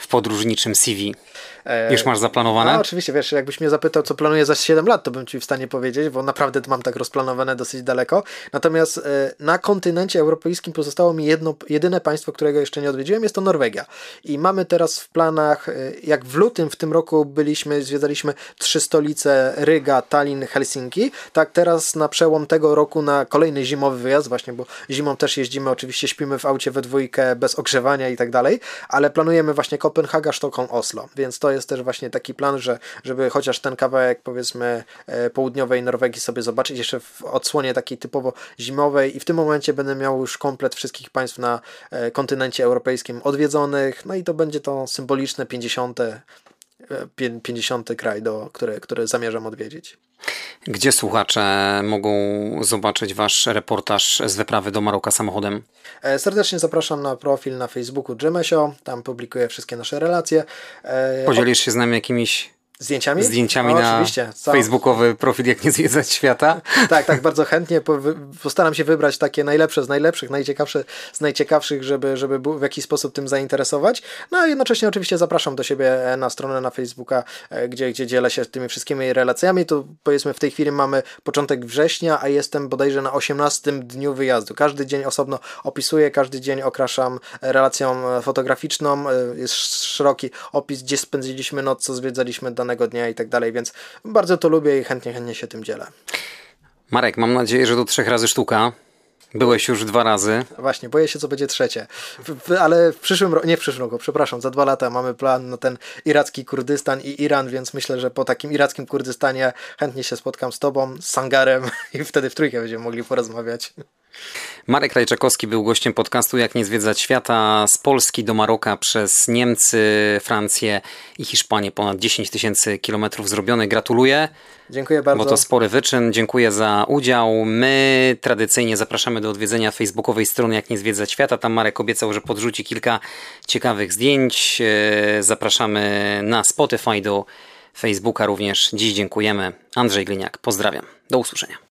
w podróżniczym C V? Już masz zaplanowane? No, oczywiście, wiesz, jakbyś mnie zapytał, co planuję za siedem lat, to bym ci w stanie powiedzieć, bo naprawdę mam tak rozplanowane dosyć daleko. Natomiast na kontynencie europejskim pozostało mi jedno, jedyne państwo, którego jeszcze nie odwiedziłem, jest to Norwegia. I mamy teraz w planach, jak w lutym w tym roku byliśmy, zwiedzaliśmy trzy stolice, Ryga, Tallinn, Helsinki, tak teraz na przełom tego roku na kolejny zimowy wyjazd, właśnie, bo zimą też jeździmy, oczywiście śpimy w aucie we dwójkę, bez ogrzewania i tak dalej, ale planujemy właśnie Kopenhaga, Sztokholm, Oslo, więc to jest też właśnie taki plan, że żeby chociaż ten kawałek, powiedzmy, południowej Norwegii sobie zobaczyć jeszcze w odsłonie takiej typowo zimowej i w tym momencie będę miał już komplet wszystkich państw na kontynencie europejskim odwiedzonych, no i to będzie to symboliczne pięćdziesiąte pięćdziesiąty kraj, do, który, który zamierzam odwiedzić. Gdzie słuchacze mogą zobaczyć wasz reportaż z wyprawy do Maroka samochodem? Serdecznie zapraszam na profil na Facebooku Dżemesio, tam publikuję wszystkie nasze relacje. Podzielisz się z nami jakimiś Zdjęciami? Zdjęciami o, na oczywiście. facebookowy profil Jak nie zwiedzać świata? Tak, tak, bardzo chętnie. Postaram się wybrać takie najlepsze z najlepszych, najciekawsze z najciekawszych, żeby, żeby w jakiś sposób tym zainteresować. No a jednocześnie oczywiście zapraszam do siebie na stronę na Facebooka, gdzie, gdzie dzielę się tymi wszystkimi relacjami. Tu powiedzmy w tej chwili mamy początek września, a jestem bodajże na osiemnastym dniu wyjazdu. Każdy dzień osobno opisuję, każdy dzień okraszam relacją fotograficzną. Jest szeroki opis, gdzie spędziliśmy noc, co zwiedzaliśmy danego dnia i tak dalej, więc bardzo to lubię i chętnie, chętnie się tym dzielę. Marek, mam nadzieję, że do trzech razy sztuka. Byłeś już dwa razy. Właśnie, boję się, co będzie trzecie. W, w, ale w przyszłym roku, nie w przyszłym roku, przepraszam, za dwa lata mamy plan na ten iracki Kurdystan i Iran, więc myślę, że po takim irackim Kurdystanie chętnie się spotkam z tobą, z Sangarem i wtedy w trójkę będziemy mogli porozmawiać. Marek Rajczakowski był gościem podcastu Jak nie zwiedzać świata. Z Polski do Maroka przez Niemcy, Francję i Hiszpanię. Ponad dziesięć tysięcy kilometrów zrobione. Gratuluję. Dziękuję bardzo. Bo to spory wyczyn. Dziękuję za udział. My tradycyjnie zapraszamy do odwiedzenia facebookowej strony Jak nie zwiedzać świata. Tam Marek obiecał, że podrzuci kilka ciekawych zdjęć. Zapraszamy na Spotify, do Facebooka również. Dziś dziękujemy. Andrzej Gliniak. Pozdrawiam. Do usłyszenia.